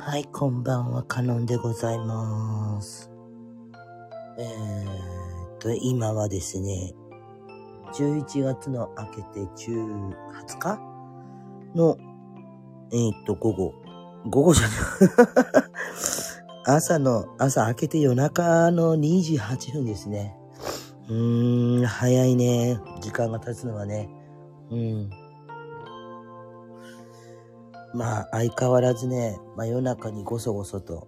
はい、こんばんは、カノンでございます。今はですね、11月の明けて20日の、午後じゃない朝明けて夜中の2時8分ですね。早いね。時間が経つのはね。まあ、相変わらずね、真夜中にごそごそと、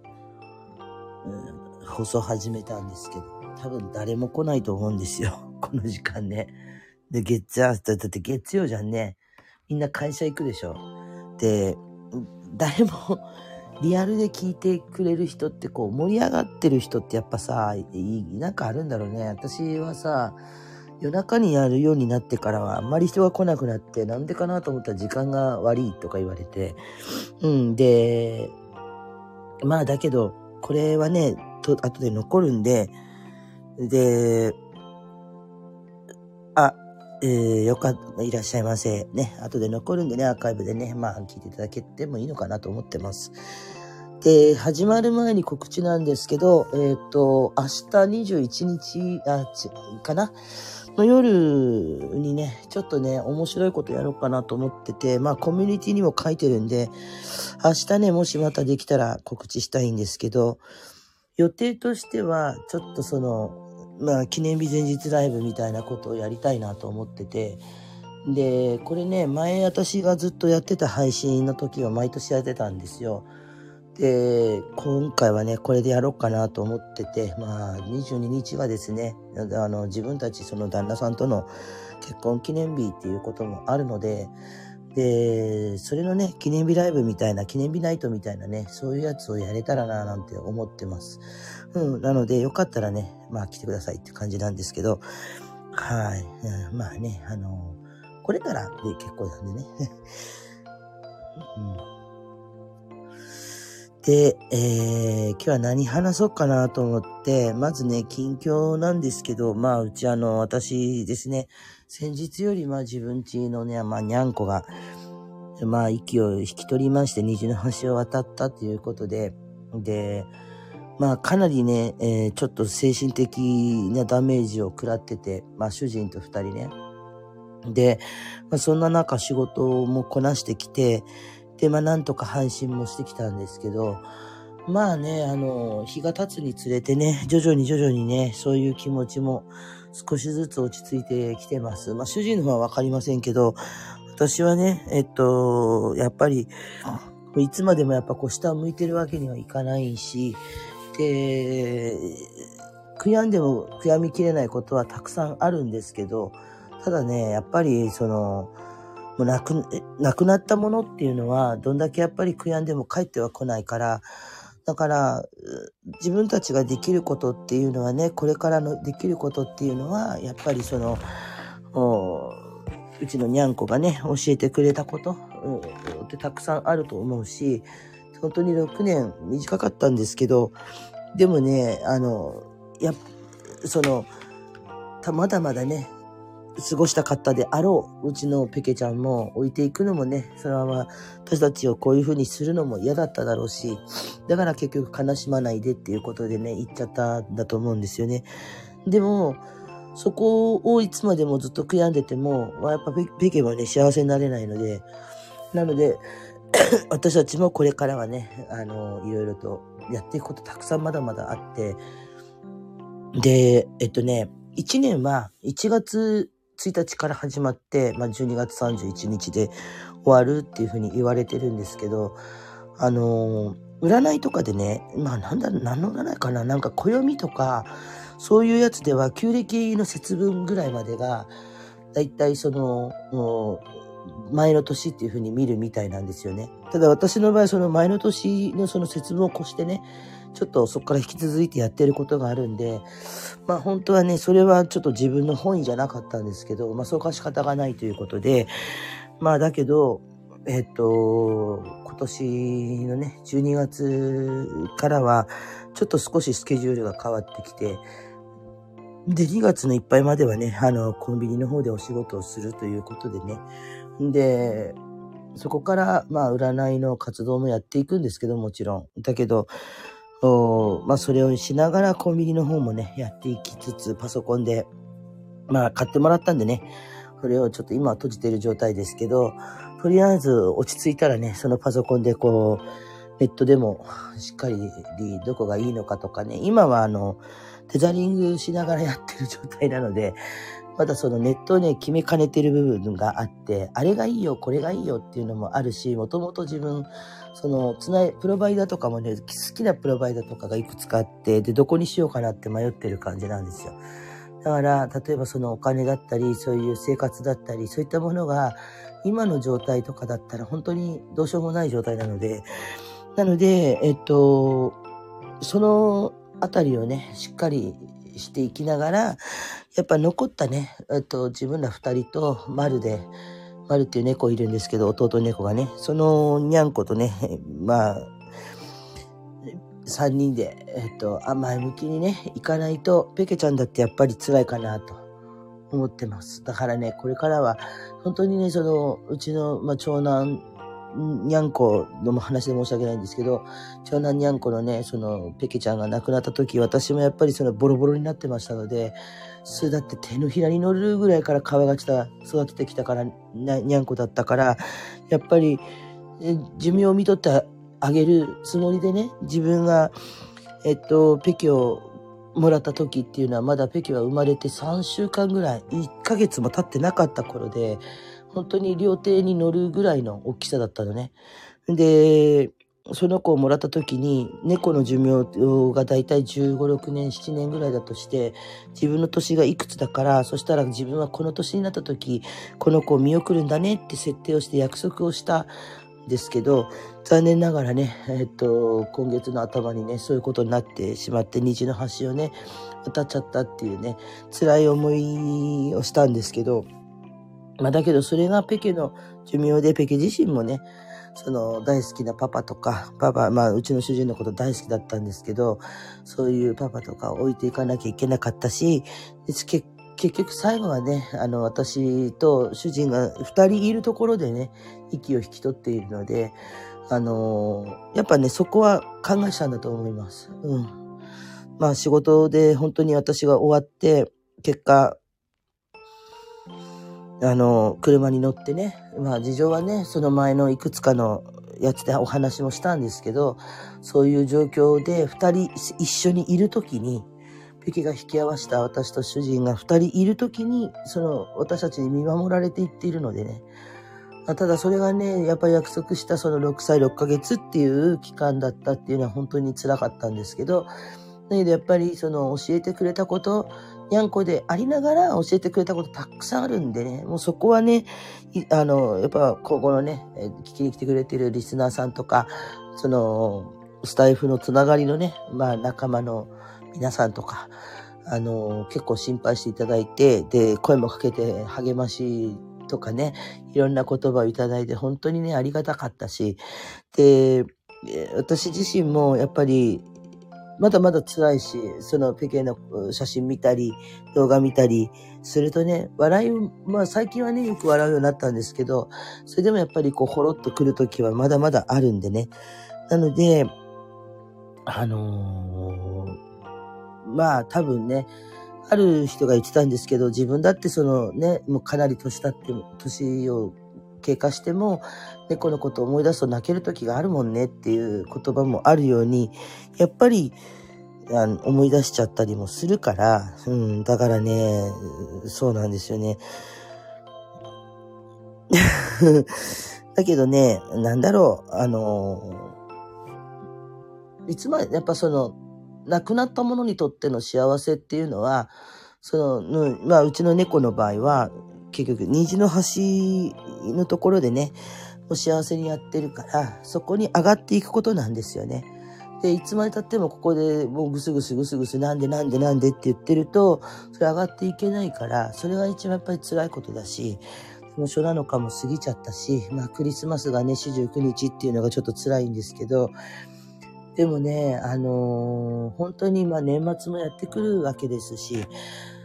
放送始めたんですけど、多分誰も来ないと思うんですよ。この時間ね。で、だって月曜じゃんね。みんな会社行くでしょ。で、誰もリアルで聞いてくれる人ってこう盛り上がってる人ってやっぱさ、なんかあるんだろうね。私はさ、夜中にやるようになってからはあんまり人が来なくなって、なんでかなと思ったら時間が悪いとか言われて。で、まあだけど、これはね、後で残るんで、で、いらっしゃいませ。ね、後で残るんでね、アーカイブでね、まあ聞いていただけてもいいのかなと思ってます。で、始まる前に告知なんですけど、明日21日、かなの夜にね、ちょっとね、面白いことやろうかなと思ってて、まあコミュニティにも書いてるんで、明日ね、もしまたできたら告知したいんですけど、予定としては、ちょっとまあ記念日前日ライブみたいなことをやりたいなと思ってて、で、これね、前私がずっとやってた配信の時は毎年やってたんですよ。で、今回はね、これでやろうかなと思ってて、まあ、22日がですね、自分たちその旦那さんとの結婚記念日っていうこともあるので、で、それのね、記念日ライブみたいな、記念日ナイトみたいなね、そういうやつをやれたらななんて思ってます。なので、よかったらね、まあ来てくださいって感じなんですけど、はい。まあね、これならで結構なんでね。で、今日は何話そうかなと思って、まずね、近況なんですけど、まあ、うち私ですね、先日より自分家のね、にゃんこが、息を引き取りまして、虹の橋を渡ったということで、で、かなりね、ちょっと精神的なダメージを食らってて、主人と二人ね。で、そんな中仕事もこなしてきて、で、なんとか配信もしてきたんですけど、まあね、日が経つにつれてね、徐々にね、そういう気持ちも少しずつ落ち着いてきてます。主人の方はわかりませんけど、私はね、やっぱり、いつまでもやっぱ下を向いてるわけにはいかないし、で、悔やんでも悔やみきれないことはたくさんあるんですけど、ただね、やっぱりもうなくなったものっていうのは、どんだけやっぱり悔やんでも帰っては来ないから、だから、自分たちができることっていうのはね、これからのできることっていうのは、やっぱりうちのにゃんこがね、教えてくれたこと、ってたくさんあると思うし、本当に6年短かったんですけど、でもね、まだまだね、過ごしたかったであろう、うちのペケちゃんも置いていくのもね、そのまま私たちをこういう風にするのも嫌だっただろうし、だから結局悲しまないでっていうことでね、言っちゃったんだと思うんですよね。でも、そこをいつまでもずっと悔やんでても、やっぱペケはね、幸せになれないので、なので、私たちもこれからはね、いろいろとやっていくことたくさんまだまだあって、で、1年は1月1日から始まって、12月31日で終わるっていうふうに言われてるんですけど、占いとかでね、何の占いかな、なんか暦とか、そういうやつでは旧暦の節分ぐらいまでが、だいたい前の年っていう風に見るみたいなんですよね。ただ私の場合、その前の年のその節分を越してね、ちょっとそこから引き続いてやってることがあるんで、本当はね、それはちょっと自分の本意じゃなかったんですけど、そうか仕方がないということで、だけど、今年のね、12月からは、ちょっと少しスケジュールが変わってきて、で、2月のいっぱいまではね、コンビニの方でお仕事をするということでね。で、 そこから、占いの活動もやっていくんですけど、もちろん。だけど、それをしながらコンビニの方もね、やっていきつつ、パソコンで、買ってもらったんでね、それをちょっと今は閉じている状態ですけど、とりあえず落ち着いたらね、そのパソコンでネットでもしっかりどこがいいのかとかね、今はテザリングしながらやってる状態なので、まだそのネットをね、決めかねてる部分があって、あれがいいよ、これがいいよっていうのもあるし、もともと自分、プロバイダーとかもね、好きなプロバイダーとかがいくつかあって、で、どこにしようかなって迷ってる感じなんですよ。だから、例えばそのお金だったり、そういう生活だったり、そういったものが、今の状態とかだったら本当にどうしようもない状態なので、そのあたりをね、しっかりしていきながら、やっぱ残ったね、自分ら二人と丸っていう猫いるんですけど、弟猫がね、そのにゃんことね、三人で、前向きにね、行かないと、ペケちゃんだってやっぱり辛いかなと思ってます。だからね、これからは、本当にね、うちの、長男、にゃんこの話で申し訳ないんですけど、長男にゃんこのね、ペケちゃんが亡くなった時、私もやっぱりボロボロになってましたので、それだって手のひらに乗るぐらいから可愛がって育ててきたから、にゃんこだったから、やっぱり、寿命を見とってあげるつもりでね、自分が、ペケをもらった時っていうのは、まだペケは生まれて3週間ぐらい、1ヶ月も経ってなかった頃で、本当に両手に乗るぐらいの大きさだったのね。で、その子をもらった時に、猫の寿命がだいたい15、6年、7年ぐらいだとして、自分の年がいくつだから、そしたら自分はこの年になった時、この子を見送るんだねって設定をして約束をしたんですけど、残念ながらね、今月の頭にね、そういうことになってしまって、虹の橋をね、渡っちゃったっていうね、辛い思いをしたんですけど、だけどそれがペケの寿命で、ペケ自身もね、大好きなパパとか、うちの主人のこと大好きだったんですけど、そういうパパとかを置いていかなきゃいけなかったし、結局最後はね、私と主人が2人いるところでね、息を引き取っているので、やっぱね、そこは考えしたんだと思います。仕事で本当に私が終わって、結果、車に乗ってね、事情はね、その前のいくつかのやつでお話もしたんですけど、そういう状況で2人一緒にいるときに、ペケが引き合わせた私と主人が2人いるときに、私たちに見守られていっているのでね。ただそれがね、やっぱり約束した6歳6ヶ月っていう期間だったっていうのは本当に辛かったんですけど、だけどやっぱり教えてくれたこと、にゃんこでありながら教えてくれたことたくさんあるんでね、もうそこはね、やっぱ今後のね、聞きに来てくれてるリスナーさんとか、スタイフのつながりのね、仲間の皆さんとか、結構心配していただいて、で、声もかけて励ましとかね、いろんな言葉をいただいて本当にね、ありがたかったし、で、私自身もやっぱり、まだまだ辛いし、ペケの写真見たり、動画見たりするとね、最近はね、よく笑うようになったんですけど、それでもやっぱりほろっと来るときはまだまだあるんでね。なので、多分ね、ある人が言ってたんですけど、自分だってもうかなり年を経過しても、猫のことを思い出すと泣ける時があるもんねっていう言葉もあるように、やっぱり、思い出しちゃったりもするから、だからね、そうなんですよね。だけどね、いつまで、やっぱ亡くなった者にとっての幸せっていうのは、うちの猫の場合は、結局、虹の橋のところでね、もう幸せにやってるから、そこに上がっていくことなんですよね。で、いつまで経ってもここでもうぐすぐすなんでって言ってると、それ上がっていけないから、それが一番やっぱり辛いことだし、もう初7日も過ぎちゃったし、クリスマスがね、49日っていうのがちょっと辛いんですけど、でもね、本当に年末もやってくるわけですし、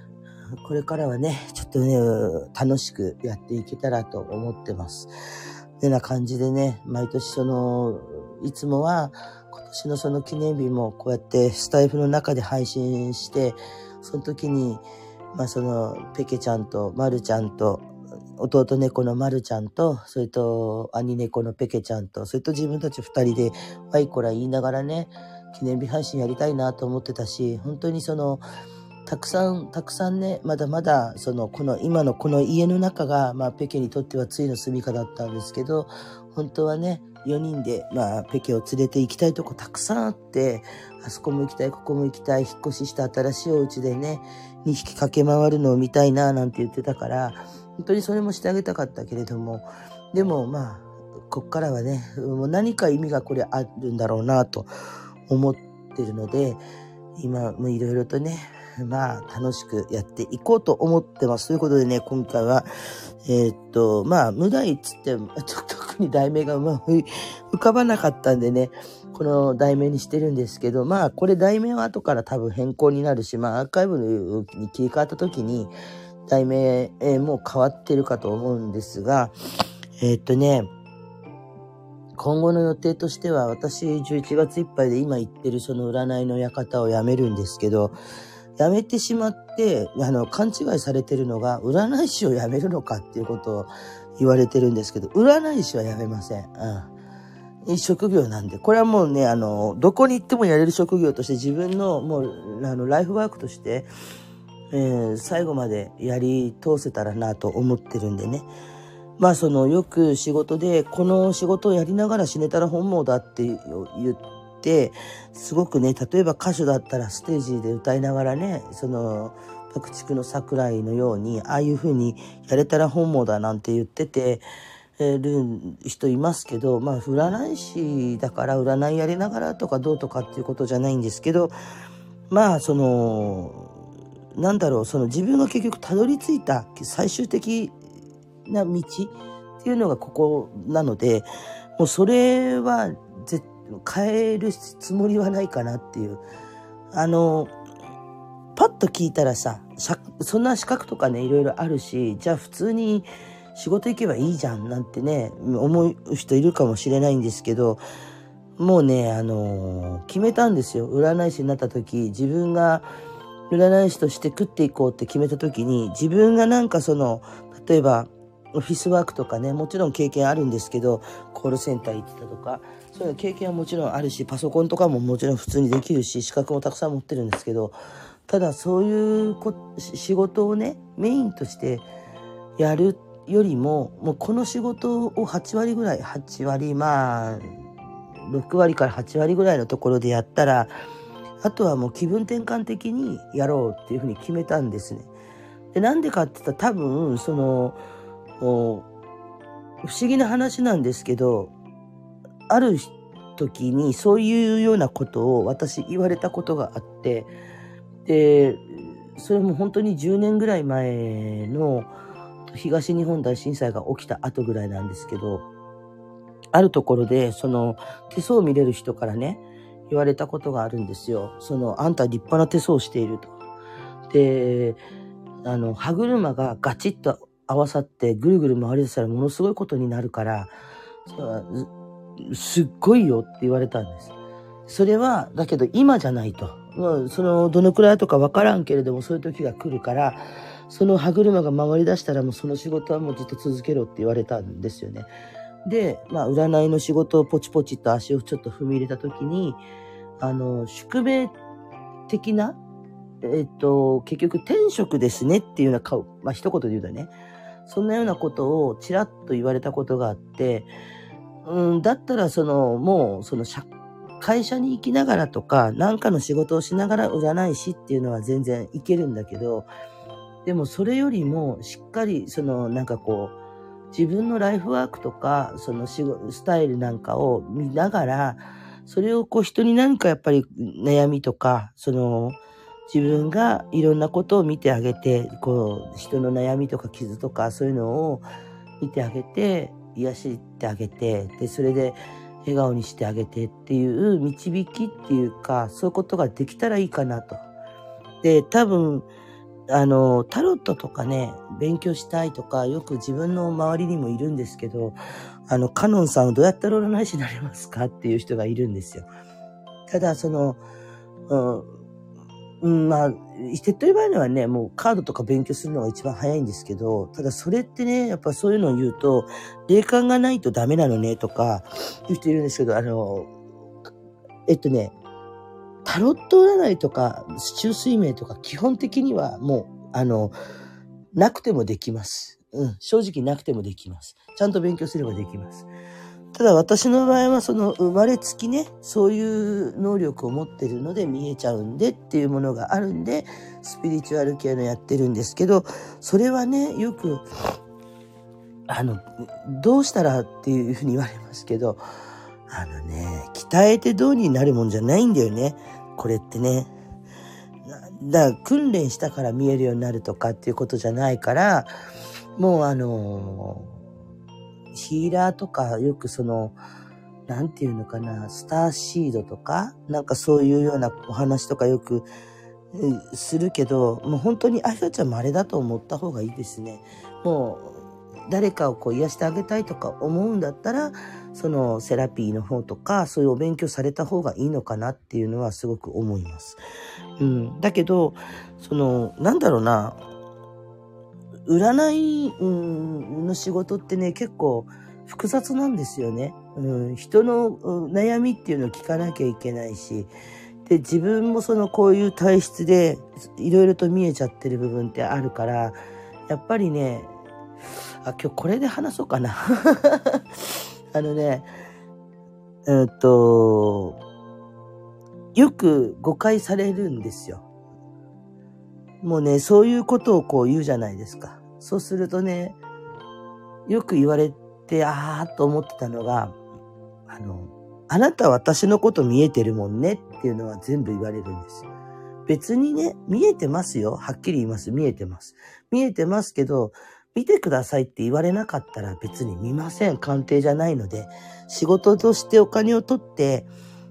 これからはね、ちょっとね、楽しくやっていけたらと思ってます。 な感じでね、毎年いつもは今年のその記念日もこうやってスタイフの中で配信して、その時に、ペケちゃんとマルちゃんと、弟猫のマルちゃんと、それと兄猫のペケちゃんと、それと自分たち二人でワイコラ言いながらね、記念日配信やりたいなと思ってたし、本当にたくさんね、まだまだ、今のこの家の中が、ペケにとってはついの住処だったんですけど、本当はね、4人で、ペケを連れて行きたいとこたくさんあって、あそこも行きたい、ここも行きたい、引っ越しした新しいお家でね、2匹駆け回るのを見たいな、なんて言ってたから、本当にそれもしてあげたかったけれども、でもこっからはね、もう何か意味がこれあるんだろうな、と思ってるので、今もいろいろとね、楽しくやっていこうと思ってます。ということでね、今回は、無題っつって、特に題名が浮かばなかったんでね、この題名にしてるんですけど、これ題名は後から多分変更になるし、アーカイブに切り替わった時に、題名もう変わってるかと思うんですが、今後の予定としては、私11月いっぱいで今言ってるその占いの館をやめるんですけど、やめてしまって、勘違いされてるのが、占い師をやめるのかっていうことを言われてるんですけど、占い師はやめません。職業なんで。これはもうね、どこに行ってもやれる職業として自分のもう、ライフワークとして、最後までやり通せたらなと思ってるんでね。よく仕事で、この仕事をやりながら死ねたら本望だって言って、すごくね、例えば歌手だったらステージで歌いながらね、爆竹の桜井のように、ああいう風にやれたら本望だなんて言ってて、る人いますけど、占い師だから占いやりながらとかどうとかっていうことじゃないんですけど、自分が結局たどり着いた最終的な道っていうのがここなので、もうそれは変えるつもりはないかなっていう。パッと聞いたらさ、そんな資格とかね、いろいろあるし、じゃあ普通に仕事行けばいいじゃんなんてね、思う人いるかもしれないんですけど、もうね、決めたんですよ。占い師になった時、自分が占い師として食っていこうって決めた時に、自分が例えば、オフィスワークとかね、もちろん経験あるんですけど、コールセンター行ってたとか、そういう経験はもちろんあるし、パソコンとかももちろん普通にできるし、資格もたくさん持ってるんですけど、ただそういう仕事をね、メインとしてやるよりも、もうこの仕事を8割ぐらい、6割から8割ぐらいのところでやったら、あとはもう気分転換的にやろうっていうふうに決めたんですね。で、なんでかって言ったら多分、不思議な話なんですけど、ある時にそういうようなことを私言われたことがあって、で、それも本当に10年ぐらい前の東日本大震災が起きた後ぐらいなんですけど、あるところで手相を見れる人からね、言われたことがあるんですよ。あんた立派な手相をしていると。で、歯車がガチッと合わさってぐるぐる回り出したらものすごいことになるから、すっごいよって言われたんです。それは、だけど今じゃないと。どのくらいとかわからんけれども、そういう時が来るから、その歯車が回り出したらもうその仕事はもうずっと続けろって言われたんですよね。で、占いの仕事をポチポチと足をちょっと踏み入れた時に、宿命的な、結局転職ですねっていうような顔、一言で言うとね、そんなようなことをちらっと言われたことがあって、だったら会社に行きながらとか、何かの仕事をしながら占い師っていうのは全然いけるんだけど、でもそれよりもしっかり自分のライフワークとか、スタイルなんかを見ながら、それを人に何かやっぱり悩みとか、自分がいろんなことを見てあげて、人の悩みとか傷とかそういうのを見てあげて、癒してあげて、で、それで笑顔にしてあげてっていう導きっていうか、そういうことができたらいいかなと。で、多分、 タロットとかね、勉強したいとか、よく自分の周りにもいるんですけど、カノンさんどうやったら占い師になれますかっていう人がいるんですよ。ただ、まあ、手っ取り早いのはね、もうカードとか勉強するのが一番早いんですけど、ただそれってね、やっぱそういうのを言うと、霊感がないとダメなのねとか、言う人いるんですけど、タロット占いとか、中水明とか、基本的にはもう、なくてもできます。正直なくてもできます。ちゃんと勉強すればできます。ただ私の場合は生まれつきね、そういう能力を持ってるので見えちゃうんでっていうものがあるんで、スピリチュアル系のやってるんですけど、それはね、よく、どうしたらっていうふうに言われますけど、鍛えてどうになるもんじゃないんだよね。これってね。だから訓練したから見えるようになるとかっていうことじゃないから、もうヒーラーとかよくなんていうのかな、スターシードとか、なんかそういうようなお話とかよくするけど、もう本当にあやちゃんもあれだと思った方がいいですね。もう誰かを癒してあげたいとか思うんだったら、セラピーの方とか、そういうお勉強された方がいいのかなっていうのはすごく思います。だけど、なんだろうな、占いの仕事ってね、結構複雑なんですよね。人の悩みっていうのを聞かなきゃいけないし、で、自分もこういう体質でいろいろと見えちゃってる部分ってあるから、やっぱりね、今日これで話そうかな。よく誤解されるんですよ。もうね、そういうことを言うじゃないですか。そうするとね、よく言われて、と思ってたのが、あなたは私のこと見えてるもんねっていうのは全部言われるんですよ。別にね、見えてますよ。はっきり言います。見えてます。見えてますけど、見てくださいって言われなかったら別に見ません。鑑定じゃないので、仕事としてお金を取って、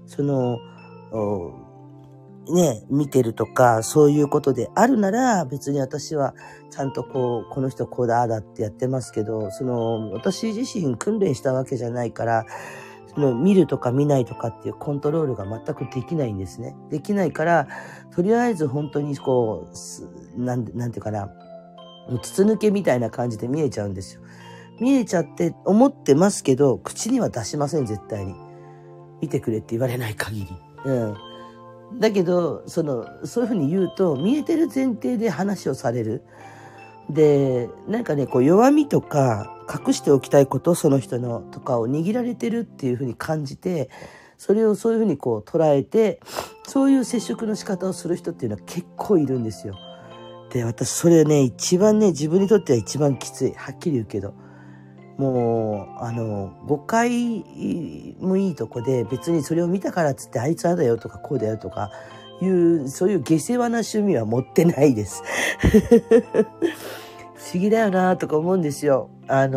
見てるとか、そういうことであるなら、別に私はちゃんとこの人こうだ、ああだってやってますけど、私自身訓練したわけじゃないから、見るとか見ないとかっていうコントロールが全くできないんですね。できないから、とりあえず本当になんていうかな、筒抜けみたいな感じで見えちゃうんですよ。見えちゃって思ってますけど、口には出しません、絶対に。見てくれって言われない限り。だけど、そういうふうに言うと、見えてる前提で話をされる。で、なんかね、弱みとか、隠しておきたいこと、その人のとかを握られてるっていうふうに感じて、それをそういうふうに捉えて、そういう接触の仕方をする人っていうのは結構いるんですよ。で、私、それね、一番ね、自分にとっては一番きつい。はっきり言うけど。もう、誤解もいいとこで、別にそれを見たからっつって、あいつあだよとかこうだよとかそういう下世話な趣味は持ってないです。不思議だよなとか思うんですよ。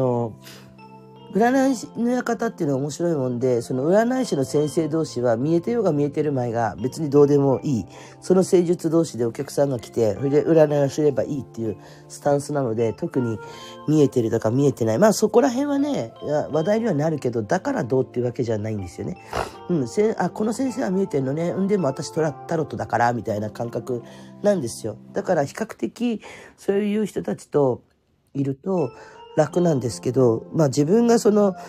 占い師の館っていうのは面白いもんで、その占い師の先生同士は見えてようが見えてる前が別にどうでもいい。その施術同士でお客さんが来て、それで占いをすればいいっていうスタンスなので、特に見えてるとか見えてない。まあそこら辺はね、話題にはなるけど、だからどうっていうわけじゃないんですよね。この先生は見えてるのね。でも私タロットだから、みたいな感覚なんですよ。だから比較的そういう人たちといると、楽なんですけど、まあ自分が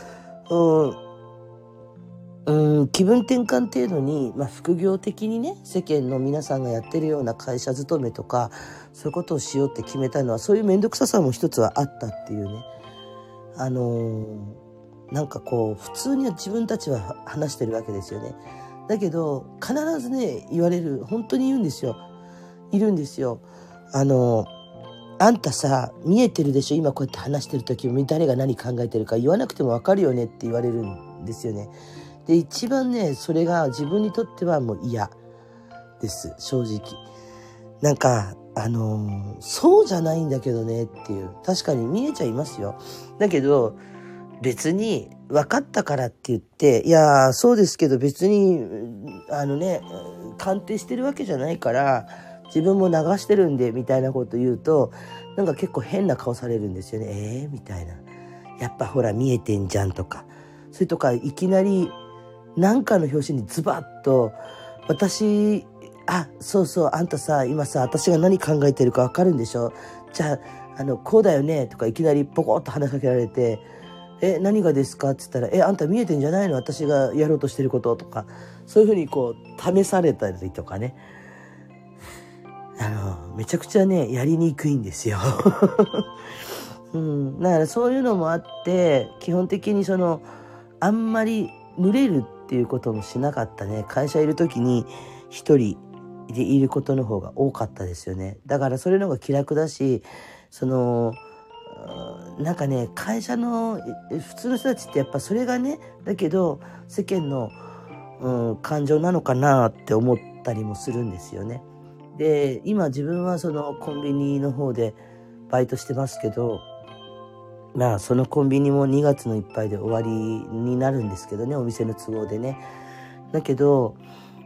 気分転換程度に、副業的にね、世間の皆さんがやってるような会社勤めとか、そういうことをしようって決めたのは、そういうめんどくささも一つはあったっていうね。なんか普通に自分たちは話してるわけですよね。だけど、必ずね、言われる、本当に言うんですよ。いるんですよ。あんたさ、見えてるでしょ、今こうやって話してる時も誰が何考えてるか言わなくてもわかるよねって言われるんですよね。で、一番ね、それが自分にとってはもう嫌です、正直。なんか、そうじゃないんだけどねっていう。確かに見えちゃいますよ。だけど、別に分かったからって言って、いや、そうですけど別に、鑑定してるわけじゃないから、 自分も流してるんでみたいなこと言うと、なんか結構変な顔されるんですよね。みたいな。やっぱほら見えてんじゃんとか。それとかいきなりなんかの表紙にズバッと、私、そうそう、あんたさ、今さ、私が何考えてるかわかるんでしょ？じゃあ、こうだよねとかいきなりポコッと話しかけられて、何がですかって言ったら、あんた見えてんじゃないの？私がやろうとしてることとか、そういうふうにこう、試されたりとかね。めちゃくちゃね、やりにくいんですよ。うん。だからそういうのもあって、基本的にあんまり群れるっていうこともしなかったね。会社いる時に一人でいることの方が多かったですよね。だからそれの方が気楽だし、なんかね、会社の普通の人たちってやっぱそれがね、だけど世間の、感情なのかなって思ったりもするんですよね。で、今自分はコンビニの方でバイトしてますけど、まあそのコンビニも2月のいっぱいで終わりになるんですけどね、お店の都合でね。だけど、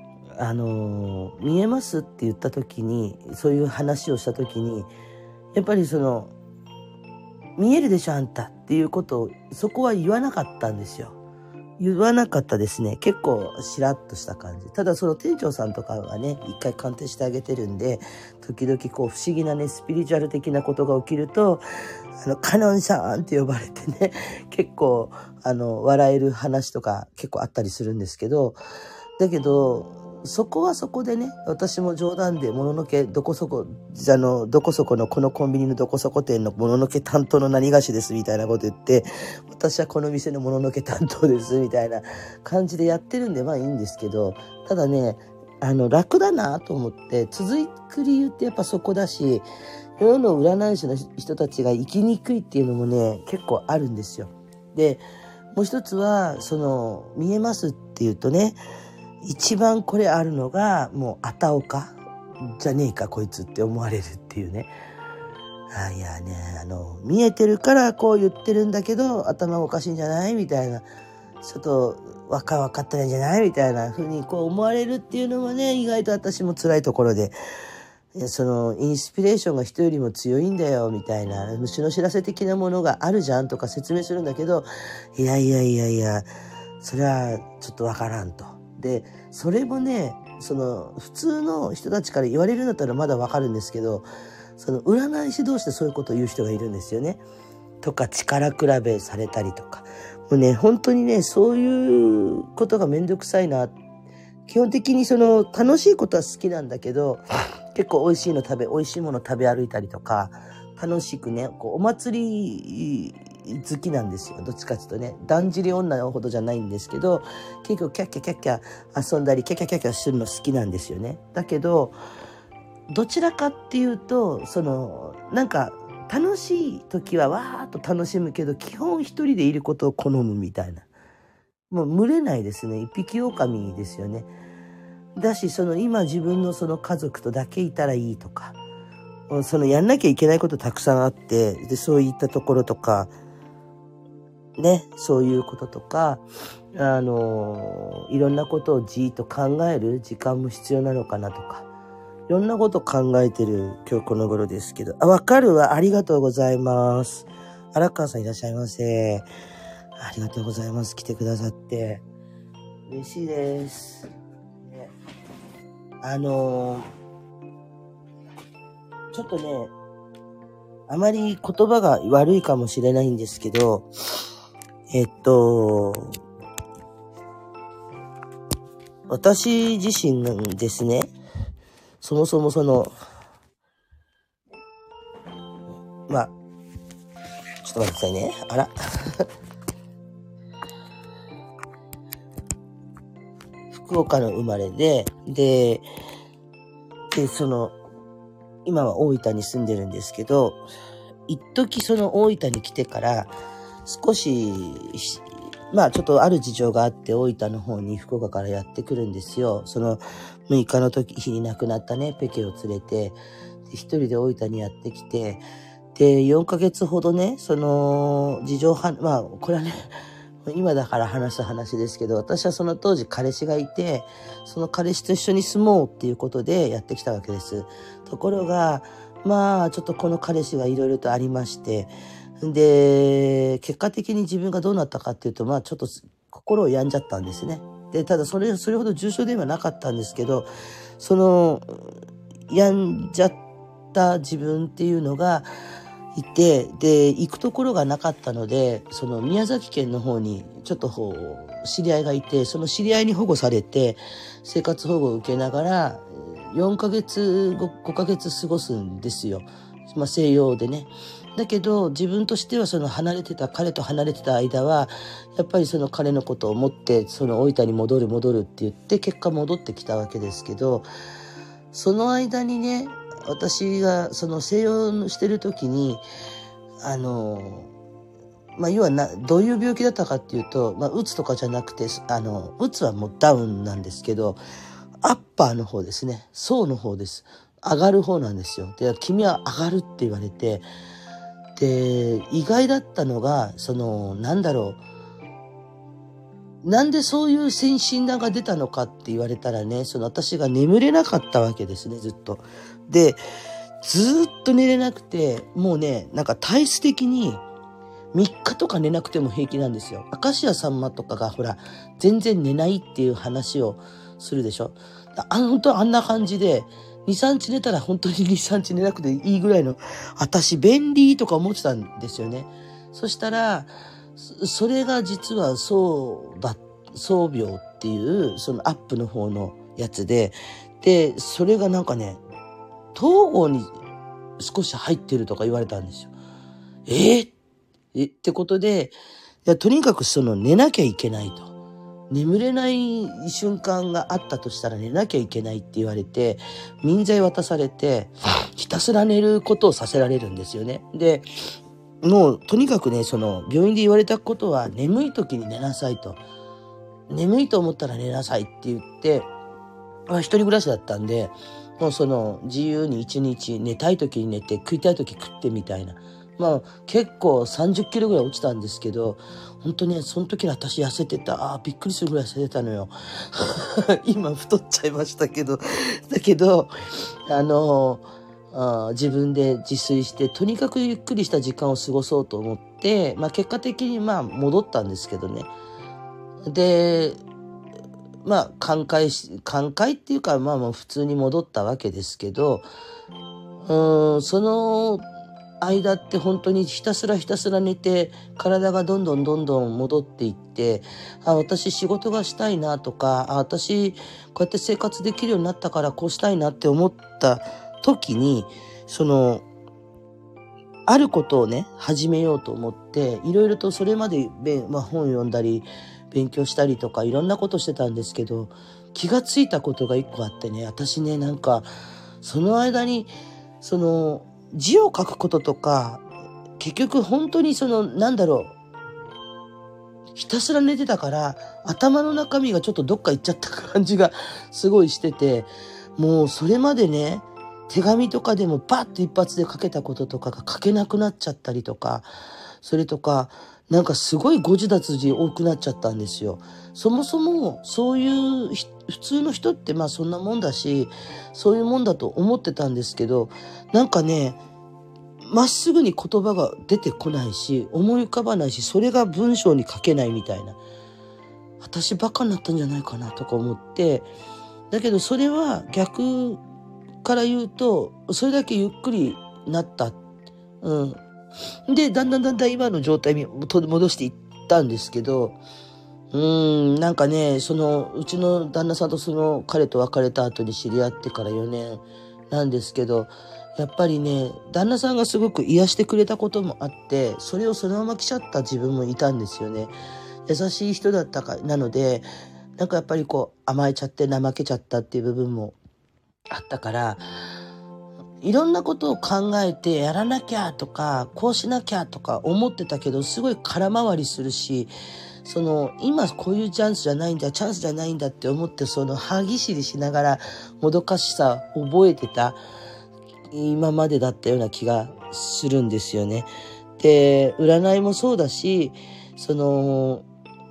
見えますって言った時に、そういう話をした時に、やっぱり見えるでしょあんたっていうことを、そこは言わなかったんですよ。言わなかったですね。結構しらっとした感じ。ただ店長さんとかはね、一回鑑定してあげてるんで、時々こう不思議なね、スピリチュアル的なことが起きると、カノンさんって呼ばれてね、結構、笑える話とか結構あったりするんですけど、だけど、そこはそこでね、私も冗談でもののけ、どこそこのこのコンビニのどこそこ店のもののけ担当の何がしですみたいなこと言って、私はこの店のもののけ担当ですみたいな感じでやってるんで、まあいいんですけど、ただね、楽だなと思って、続く理由ってやっぱそこだし、世の占い師の人たちが生きにくいっていうのもね、結構あるんですよ。で、もう一つは、見えますっていうとね、一番これあるのが、もう、あたおかじゃねえか、こいつって思われるっていうね。いやね、見えてるからこう言ってるんだけど、頭おかしいんじゃないみたいな。ちょっと、分かってないんじゃないみたいな風にこう思われるっていうのもね、意外と私も辛いところで。インスピレーションが人よりも強いんだよ、みたいな、虫の知らせ的なものがあるじゃんとか説明するんだけど、いや、それはちょっとわからんと。で、それもね、普通の人たちから言われるんだったらまだわかるんですけど、占い師同士でそういうことを言う人がいるんですよね。とか、力比べされたりとか。もうね、本当にね、そういうことがめんどくさいな。基本的に楽しいことは好きなんだけど、結構美味しいもの食べ歩いたりとか、楽しくね、こう、お祭り好きなんですよ。どっちかっていうとね、だんじり女ほどじゃないんですけど、結構キャッキャ遊んだり、キャッキャするの好きなんですよね。だけど、どちらかっていうと、なんか、楽しい時はわーっと楽しむけど、基本一人でいることを好むみたいな。もう群れないですね。一匹狼ですよね。だし、今自分の家族とだけいたらいいとか、やんなきゃいけないことたくさんあって、で、そういったところとか、ね、そういうこととか、いろんなことをじーっと考える時間も必要なのかなとか、いろんなこと考えてる今日この頃ですけど、わかるわ、ありがとうございます。荒川さんいらっしゃいませ。ありがとうございます。来てくださって。嬉しいです。ね、ちょっとね、あまり言葉が悪いかもしれないんですけど、私自身なんですね、そもそもまあ、ちょっと待ってくださいね。あら。福岡の生まれで、今は大分に住んでるんですけど、一時大分に来てから、少し、まあちょっとある事情があって大分の方に福岡からやってくるんですよ。6日の日に亡くなったね、ペケを連れて、一人で大分にやってきて、で、4ヶ月ほどね、まあこれはね、 今だから話す話ですけど、私はその当時彼氏がいて、その彼氏と一緒に住もうっていうことでやってきたわけです。ところが、まあ、ちょっとこの彼氏がいろいろとありまして、で、結果的に自分がどうなったかっていうと、まあ、ちょっと心を病んじゃったんですね。で、ただそれほど重症ではなかったんですけど、その、病んじゃった自分っていうのがいて、で、行くところがなかったので、その宮崎県の方にちょっと知り合いがいて、その知り合いに保護されて、生活保護を受けながら、4ヶ月、5ヶ月過ごすんですよ。まあ、西洋でね。だけど、自分としては彼と離れてた間は、やっぱりその彼のことを思って、その大分に戻るって言って、結果戻ってきたわけですけど、その間にね、私がその静養してる時に、まあ、要はどういう病気だったかっていうと、まあ、うつとかじゃなくて、うつはもうダウンなんですけど、アッパーの方ですね。層の方です。上がる方なんですよ。で、君は上がるって言われて、で、意外だったのが、なんでそういう診断が出たのかって言われたらね、私が眠れなかったわけですね、ずっと。で、ずっと寝れなくて、もうね、なんか体質的に3日とか寝なくても平気なんですよ。明石家さんまとかがほら、全然寝ないっていう話をするでしょ。本当あんな感じで、2、3日寝たら本当に2、3日寝なくていいぐらいの、私便利とか思ってたんですよね。そしたら、それが実は僧病っていう、そのアップの方のやつで、で、それがなんかね、統合に少し入ってるとか言われたんですよ。ってことで、とにかく寝なきゃいけないと。眠れない瞬間があったとしたら寝なきゃいけないって言われて、眠剤渡されて、ひたすら寝ることをさせられるんですよね。で、もうとにかくね、病院で言われたことは、眠い時に寝なさいと。眠いと思ったら寝なさいって言って、一人暮らしだったんで、もう自由に一日寝たい時に寝て、食いたい時食ってみたいな。まあ結構30キロぐらい落ちたんですけど、本当にその時の私痩せてた。びっくりするぐらい痩せてたのよ。今太っちゃいましたけど。だけど、自分で自炊して、とにかくゆっくりした時間を過ごそうと思って、まあ結果的に戻ったんですけどね。で、まあ寛解っていうか、まあ普通に戻ったわけですけど、その間って本当にひたすら寝て、体がどんどん戻っていって、私仕事がしたいなとか、私こうやって生活できるようになったからこうしたいなって思った時に、あることをね、始めようと思って、いろいろとそれまで本読んだり、勉強したりとかいろんなことしてたんですけど、気がついたことが一個あってね、私ね、なんか、その間に、字を書くこととか、結局本当にひたすら寝てたから、頭の中身がちょっとどっか行っちゃった感じがすごいしてて、もうそれまでね、手紙とかでもバッと一発で書けたこととかが書けなくなっちゃったりとか、それとか、なんかすごい誤字脱字多くなっちゃったんですよ。そもそもそういう普通の人ってそんなもんだし、そういうもんだと思ってたんですけど、なんかね、まっすぐに言葉が出てこないし、思い浮かばないし、それが文章に書けないみたいな。私バカになったんじゃないかなとか思って、だけどそれは逆から言うと、それだけゆっくりなった。で、だんだん今の状態に戻していったんですけど、なんかね、うちの旦那さんと彼と別れた後に知り合ってから4年なんですけど、やっぱりね、旦那さんがすごく癒してくれたこともあって、それをそのまま来ちゃった自分もいたんですよね。優しい人だったなので、なんかやっぱり甘えちゃって怠けちゃったっていう部分もあったから、いろんなことを考えてやらなきゃとか、こうしなきゃとか思ってたけど、すごい空回りするし、今こういうチャンスじゃないんだって思って、歯ぎしりしながらもどかしさ覚えてた今までだったような気がするんですよね。で、占いもそうだし、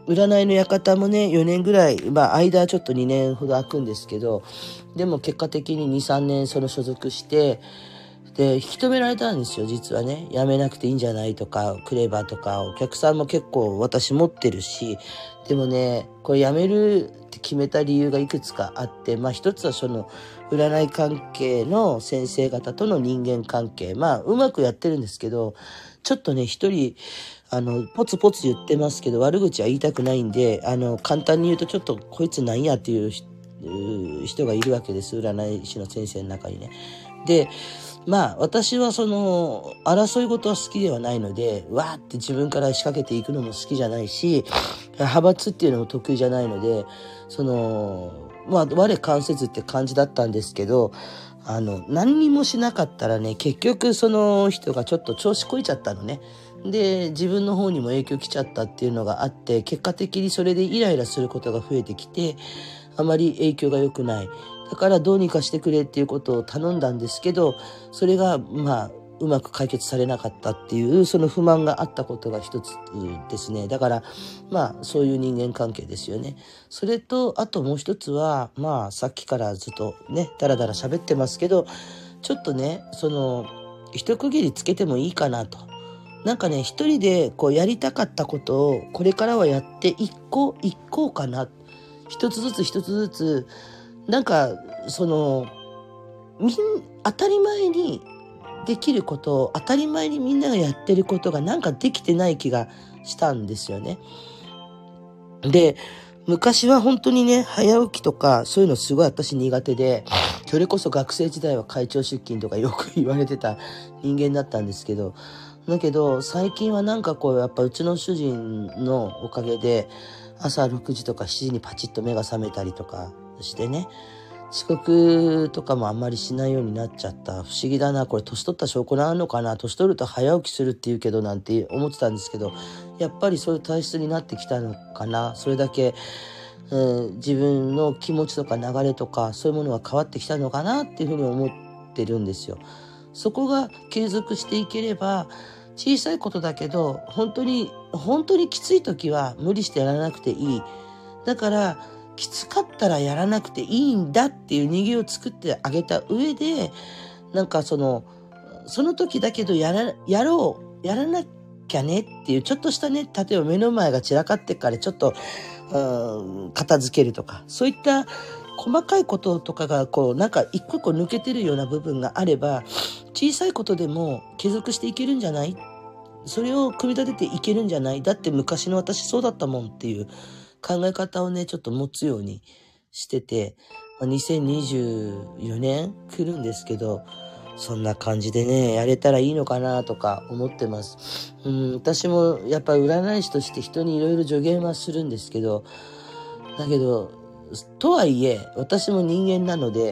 占いの館もね、4年ぐらい、間はちょっと2年ほど空くんですけど、でも結果的に2、3年その所属して、で、引き止められたんですよ、実はね。辞めなくていいんじゃないとか、クレバとか、お客さんも結構私持ってるし、でもね、これ辞めるって決めた理由がいくつかあって、一つはその、占い関係の先生方との人間関係。うまくやってるんですけど、ちょっとね、一人、ポツポツ言ってますけど、悪口は言いたくないんで、簡単に言うとちょっとこいつなんやっていう人がいるわけです。占い師の先生の中にね。で、私はその、争い事は好きではないので、わーって自分から仕掛けていくのも好きじゃないし、派閥っていうのも得意じゃないので、その、我関せずって感じだったんですけど、何にもしなかったらね、結局その人がちょっと調子こいちゃったのね。で、自分の方にも影響来ちゃったっていうのがあって、結果的にそれでイライラすることが増えてきて、あまり影響が良くない。だからどうにかしてくれっていうことを頼んだんですけど、それがうまく解決されなかったっていう、その不満があったことが一つですね。だから、そういう人間関係ですよね。それと、あともう一つは、さっきからずっとね、だらだら喋ってますけど、ちょっとね、その、一区切りつけてもいいかなと。なんかね、一人でこうやりたかったことを、これからはやっていこうかな。一つずつ、なんか、その、当たり前にできることを、当たり前にみんながやってることがなんかできてない気がしたんですよね。で、昔は本当にね、早起きとか、そういうのすごい私苦手で、それこそ学生時代は会長出勤とかよく言われてた人間だったんですけど、だけど最近はなんかこう、やっぱうちの主人のおかげで、朝6時とか7時にパチッと目が覚めたりとかしてね、遅刻とかもあんまりしないようになっちゃった。不思議だな。これ年取った証拠なのかな。年取ると早起きするって言うけどなんて思ってたんですけど、やっぱりそういう体質になってきたのかな。それだけ、自分の気持ちとか流れとかそういうものが変わってきたのかなっていうふうに思ってるんですよ。そこが継続していければ、小さいことだけど、本当にきつい時は無理してやらなくていい。だから、きつかったらやらなくていいんだっていう逃げを作ってあげた上で、なんかその時だけどやらなきゃねっていう、ちょっとしたね、例えば目の前が散らかってからちょっと、片付けるとか、そういった細かいこととかがこう、なんか一個一個抜けてるような部分があれば、小さいことでも継続していけるんじゃない？それを組み立てていけるんじゃない？だって昔の私そうだったもんっていう考え方をね、ちょっと持つようにしてて、2024年来るんですけど、そんな感じでね、やれたらいいのかなとか思ってます。私もやっぱ占い師として人にいろいろ助言はするんですけど、だけど、とはいえ、私も人間なので、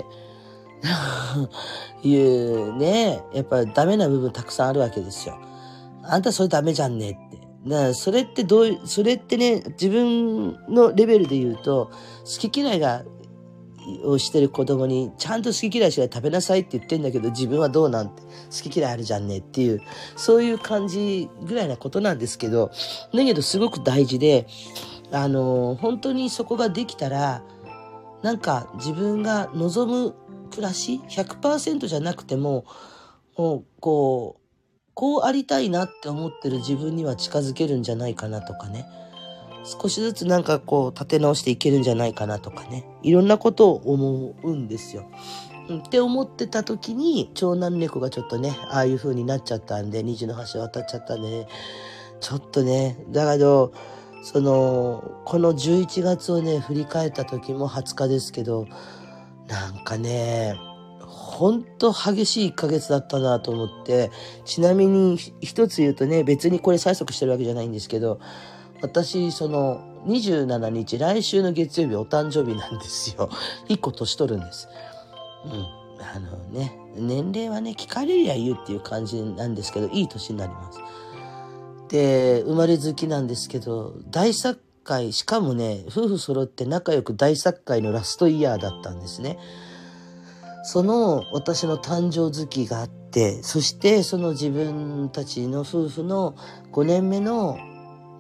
いうね、やっぱダメな部分たくさんあるわけですよ。あんたそれダメじゃんねって。だからそれってね、自分のレベルで言うと、好き嫌いをしてる子供に、ちゃんと好き嫌いしない食べなさいって言ってんだけど、自分はどうなんて、好き嫌いあるじゃんねっていう、そういう感じぐらいなことなんですけど、だけどすごく大事で、本当にそこができたら、なんか自分が望む暮らし、100% じゃなくても、もうこうありたいなって思ってる自分には近づけるんじゃないかなとかね。少しずつなんかこう立て直していけるんじゃないかなとかね。いろんなことを思うんですよ。って思ってた時に長男猫がちょっとね、ああいう風になっちゃったんで、虹の橋渡っちゃったんでね、ちょっとね、だけど、この11月をね、振り返った時も20日ですけど、なんかね、ほんと激しい1ヶ月だったなと思って、ちなみに一つ言うとね、別にこれ催促してるわけじゃないんですけど、私、27日、来週の月曜日お誕生日なんですよ。1個年取るんです。年齢はね、聞かれりゃ言うっていう感じなんですけど、いい年になります。で、生まれ好きなんですけど、大作会、しかもね、夫婦揃って仲良く大作会のラストイヤーだったんですね。その私の誕生月があって、そしてその自分たちの夫婦の5年目の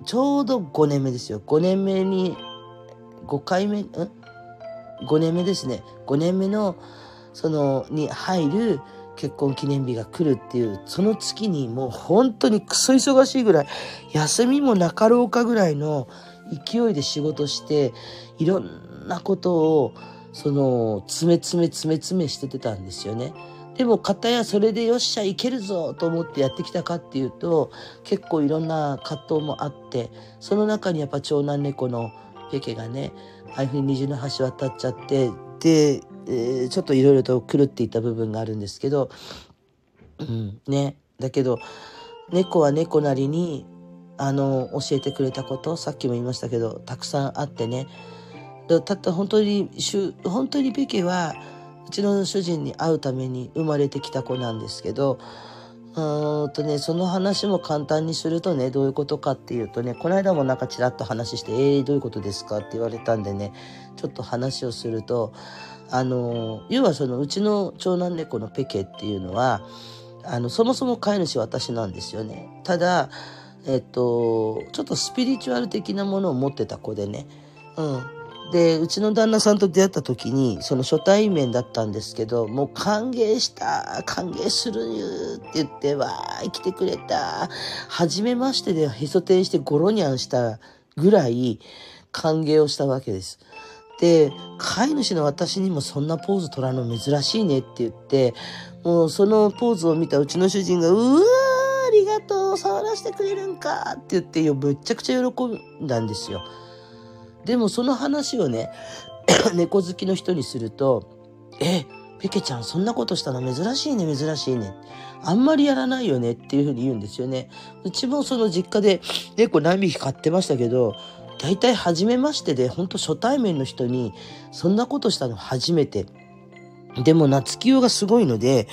ちょうど5年目ですよ。5年目に、5年目ですね。5年目の、に入る結婚記念日が来るっていう、その月にもう本当にクソ忙しいぐらい、休みもなかろうかぐらいの勢いで仕事して、いろんなことを、詰めしててたんですよね。でも、片やそれでよっしゃいけるぞと思ってやってきたかっていうと、結構いろんな葛藤もあって、その中にやっぱ長男猫のペケがね、ああいうふうに虹の橋渡っちゃって、で、ちょっといろいろと狂っていた部分があるんですけど、ね。だけど、猫は猫なりに、教えてくれたこと、さっきも言いましたけど、たくさんあってね。たった本当にペケは、うちの主人に会うために生まれてきた子なんですけど、その話も簡単にするとね、どういうことかっていうとね、この間もなんかちらっと話して、どういうことですかって言われたんでね、ちょっと話をすると、要はうちの長男猫のペケっていうのは、そもそも飼い主は私なんですよね。ただ、ちょっとスピリチュアル的なものを持ってた子でね、で、うちの旦那さんと出会った時に、初対面だったんですけど、もう歓迎するって言って、わーい、来てくれた。初めましてでへそ天してゴロニャンしたぐらい歓迎をしたわけです。で、飼い主の私にもそんなポーズ取らんの珍しいねって言って、もうそのポーズを見たうちの主人が、うわー、ありがとう、触らせてくれるんかって言って、めっちゃくちゃ喜んだんですよ。でもその話をね、猫好きの人にすると、ペケちゃんそんなことしたの珍しいね。あんまりやらないよねっていうふうに言うんですよね。うちも実家で猫何匹飼ってましたけど、だいたい初めましてで、本当初対面の人にそんなことしたの初めて。でも懐きようがすごいので、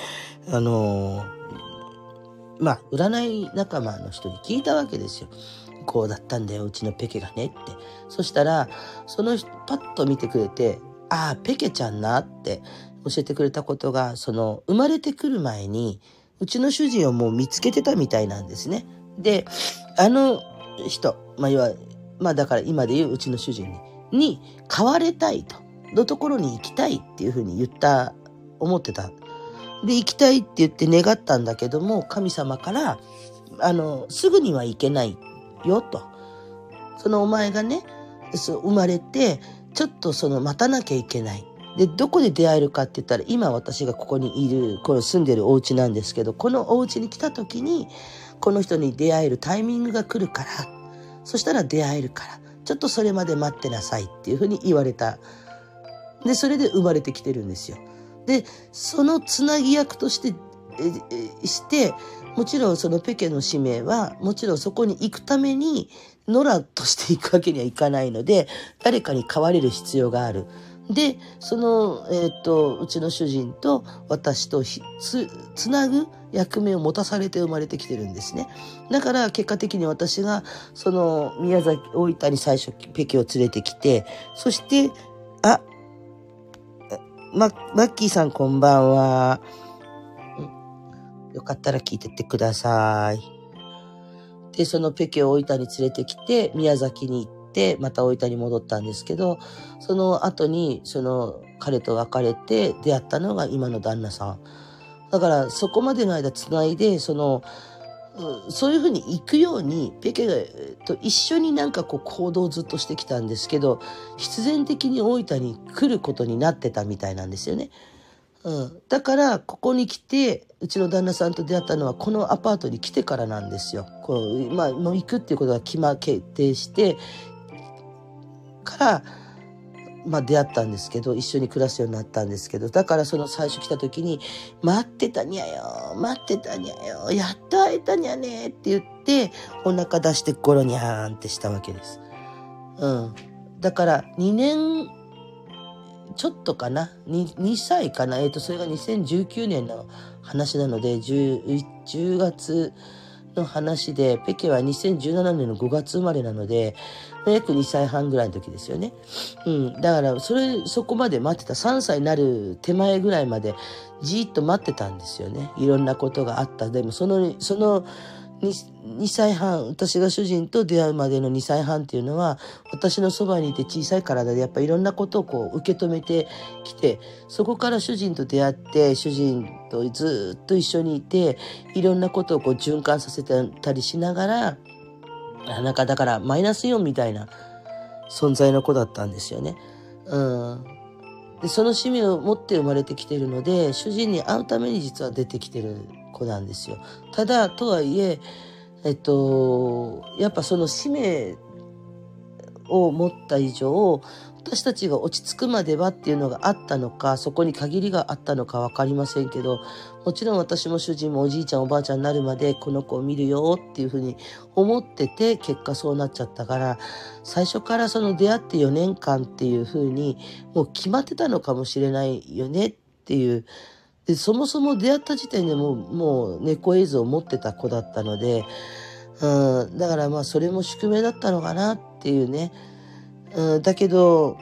占い仲間の人に聞いたわけですよ。こうだったんだよ、うちのペケがねって。そしたら、パッと見てくれて、ペケちゃんなって教えてくれたことが、生まれてくる前に、うちの主人をもう見つけてたみたいなんですね。で、人、だから今で言ううちの主人に飼われたいと、のところに行きたいっていうふうに思ってた。で、行きたいって言って願ったんだけども、神様から、すぐには行けないよと。お前がね、生まれて、ちょっと待たなきゃいけない。で、どこで出会えるかって言ったら、今私がここにいる、この住んでるお家なんですけど、このお家に来た時に、この人に出会えるタイミングが来るから、そしたら出会えるから、ちょっとそれまで待ってなさいっていうふうに言われた。で、それで生まれてきてるんですよ。で、そのつなぎ役として、もちろんそのペケの使命は、もちろんそこに行くために、野良として行くわけにはいかないので、誰かに飼われる必要がある。で、うちの主人と私とつなぐ役目を持たされて生まれてきてるんですね。だから結果的に私が、宮崎、大分に最初ペケを連れてきて、そして、マッキーさんこんばんは。よかったら聞いてってください。で、そのペケを大分に連れてきて、宮崎に行って、また大分に戻ったんですけど、その後に、彼と別れて出会ったのが今の旦那さん。だから、そこまでの間繋いで、そういうふうに行くように、ペケと一緒に行動をずっとしてきたんですけど、必然的に大分に来ることになってたみたいなんですよね。だから、ここに来て、うちの旦那さんと出会ったのは、このアパートに来てからなんですよ。もう行くっていうことが決定して、から、出会ったんですけど、一緒に暮らすようになったんですけど、だから最初来た時に、待ってたにゃよ、やっと会えたにゃねって言って、お腹出してゴロニャーンってしたわけです。だから、2年、ちょっとかな 2歳かなそれが2019年の話なので、10月の話で、ペケは2017年の5月生まれなので、約2歳半ぐらいの時ですよね。だから、そこまで待ってた。3歳になる手前ぐらいまで、じーっと待ってたんですよね。いろんなことがあった。でも、2 2歳半、私が主人と出会うまでの2歳半っていうのは、私のそばにいて小さい体でやっぱいろんなことをこう受け止めてきて、そこから主人と出会って、主人とずっと一緒にいて、いろんなことをこう循環させたりしながら、なんかだからマイナスイオンみたいな存在の子だったんですよね。で、その使命を持って生まれてきているので、主人に会うために実は出てきてる子なんですよ。ただ、とはいえ、やっぱその使命を持った以上、私たちが落ち着くまではっていうのがあったのか、そこに限りがあったのかわかりませんけど、もちろん私も主人もおじいちゃんおばあちゃんになるまでこの子を見るよっていうふうに思ってて、結果そうなっちゃったから、最初からその出会って4年間っていうふうにもう決まってたのかもしれないよねっていう。で、そもそも出会った時点でもう猫映像を持ってた子だったので、だからまあそれも宿命だったのかなっていうね。だけど、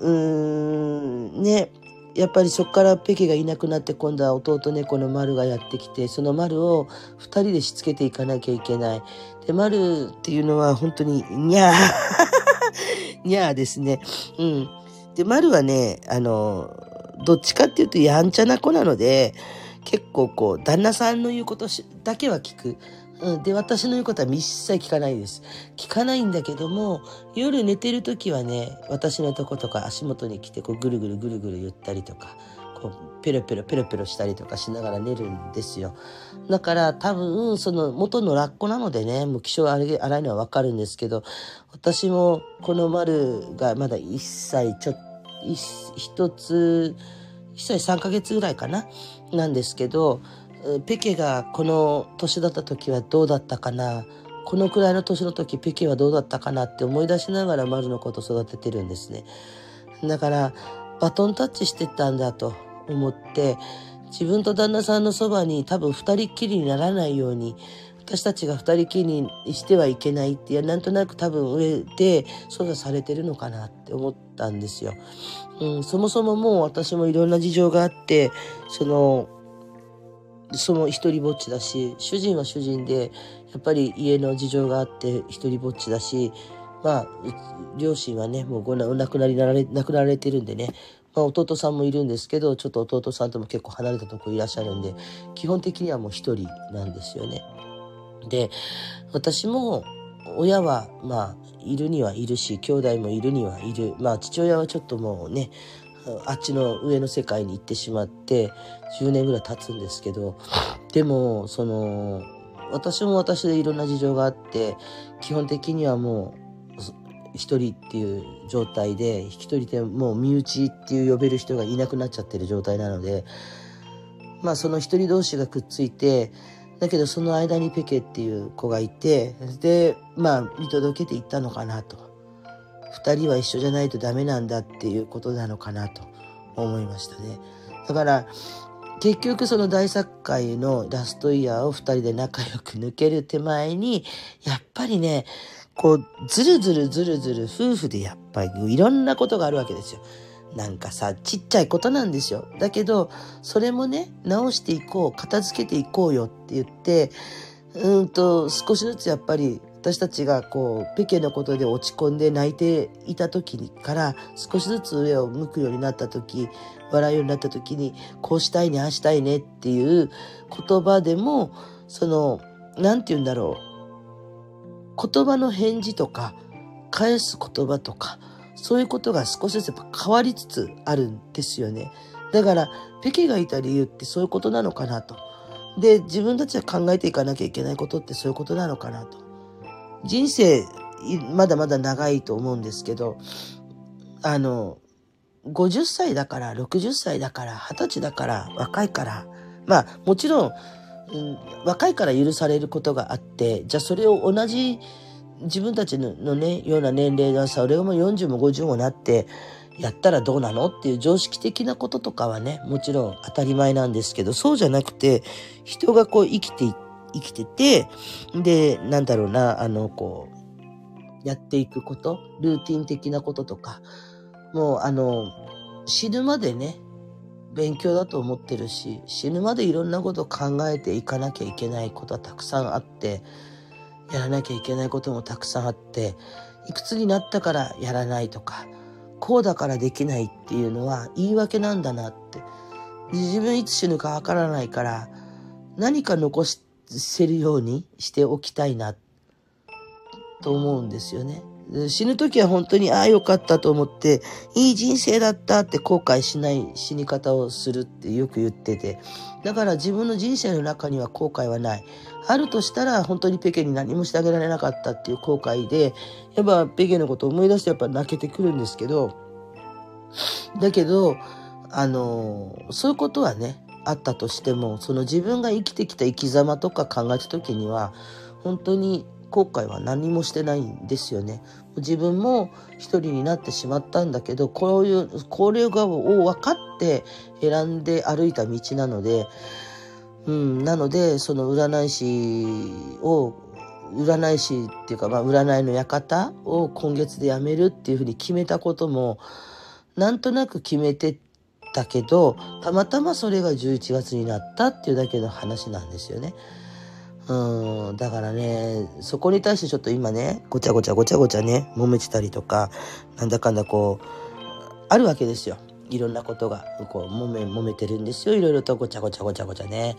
ね、やっぱりそこからペケがいなくなって今度は弟猫のマルがやってきて、そのマルを2人でしつけていかなきゃいけない。で、マルっていうのは本当ににゃーにゃーですね。で、マルはね、どっちかっていうとやんちゃな子なので、結構こう、旦那さんの言うことだけは聞く。で、私の言うことは一切聞かないです。聞かないんだけども、夜寝てる時はね、私のとことか足元に来て、こうぐるぐるぐるぐる言ったりとか、こうペロペロペロペロしたりとかしながら寝るんですよ。だから多分、その元のラッコなのでね、もう気性荒いのはわかるんですけど、私もこの丸がまだ1歳1歳3ヶ月ぐらいかななんですけど、ペケがこの年だった時はどうだったかな、このくらいの年の時ペケはどうだったかなって思い出しながら丸のことを育ててるんですね。だからバトンタッチしてったんだと思って、自分と旦那さんのそばに多分二人っきりにならないように、私たちが二人きりにしてはいけないって、なんとなく多分上で操作されてるのかなって思ったんですよ。そもそももう私もいろんな事情があって、その一人ぼっちだし、主人は主人で、やっぱり家の事情があって一人ぼっちだし、まあ、両親はね、もう亡くなられてるんでね、まあ弟さんもいるんですけど、ちょっと弟さんとも結構離れたとこいらっしゃるんで、基本的にはもう一人なんですよね。で、私も親はまあいるにはいるし、兄弟もいるにはいる。まあ父親はちょっともうね、あっちの上の世界に行ってしまって10年ぐらい経つんですけど、でも私も私でいろんな事情があって、基本的にはもう一人っていう状態で、一人でもう身内っていう呼べる人がいなくなっちゃってる状態なので、まあその一人同士がくっついて、だけどその間にペケっていう子がいて、でまあ見届けていったのかなと。二人は一緒じゃないとダメなんだっていうことなのかなと思いましたね。だから結局その大作会のラストイヤーを二人で仲良く抜ける手前に、やっぱりね、こうずるずる夫婦でやっぱりいろんなことがあるわけですよ。なんかさ、ちっちゃいことなんですよ。だけどそれもね、直していこう、片付けていこうよって言って、少しずつやっぱり私たちがこうペケのことで落ち込んで泣いていた時から少しずつ上を向くようになった時、笑うようになった時に、こうしたいね、ああしたいねっていう言葉でも、なんて言うんだろう、言葉の返事とか返す言葉とか、そういうことが少しずつやっぱ変わりつつあるんですよね。だからペケがいた理由ってそういうことなのかなと。で、自分たちは考えていかなきゃいけないことってそういうことなのかなと。人生まだまだ長いと思うんですけど、50歳だから60歳だから20歳だから若いから、まあもちろん、若いから許されることがあって、じゃあそれを同じ自分たちのねような年齢がさ、俺も40も50もなってやったらどうなのっていう常識的なこととかはね、もちろん当たり前なんですけど、そうじゃなくて、人がこう生きてて、で、なんだろうな、こう、やっていくこと、ルーティン的なこととか、もう死ぬまでね、 勉強だと思ってるし、死ぬまでいろんなことを考えていかなきゃいけないことはたくさんあって、やらなきゃいけないこともたくさんあって、いくつになったからやらないとか、こうだからできないっていうのは言い訳なんだなって。自分いつ死ぬかわからないから、何か残せるようにしておきたいなと思うんですよね。死ぬ時は本当に、ああよかったと思って、いい人生だったって後悔しない死に方をするってよく言ってて、だから自分の人生の中には後悔はない。あるとしたら本当にペケに何もしてあげられなかったっていう後悔で、やっぱペケのことを思い出してやっぱ泣けてくるんですけど、だけど、そういうことはね、あったとしても、その自分が生きてきた生き様とか考えた時には、本当に後悔は何もしてないんですよね。自分も一人になってしまったんだけど、これを分かって選んで歩いた道なので、なので、その占い師っていうか、占いの館を今月で辞めるっていうふうに決めたことも、なんとなく決めてたけど、たまたまそれが11月になったっていうだけの話なんですよね。だからね、そこに対してちょっと今ね、ごちゃごちゃね、揉めてたりとか、なんだかんだあるわけですよ。いろんなことが、揉めてるんですよ。いろいろとごちゃごちゃね。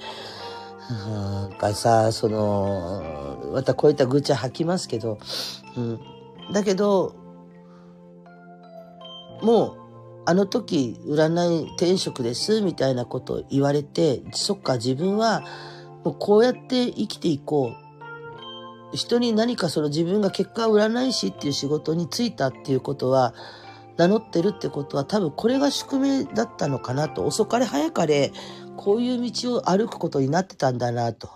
またこういった愚痴吐きますけど、だけど、もう、あの時、占い転職ですみたいなことを言われて、そっか、自分はもうこうやって生きていこう。人に何か自分が結果占い師っていう仕事に就いたっていうことは、名乗ってるってことは多分これが宿命だったのかなと、遅かれ早かれこういう道を歩くことになってたんだなと、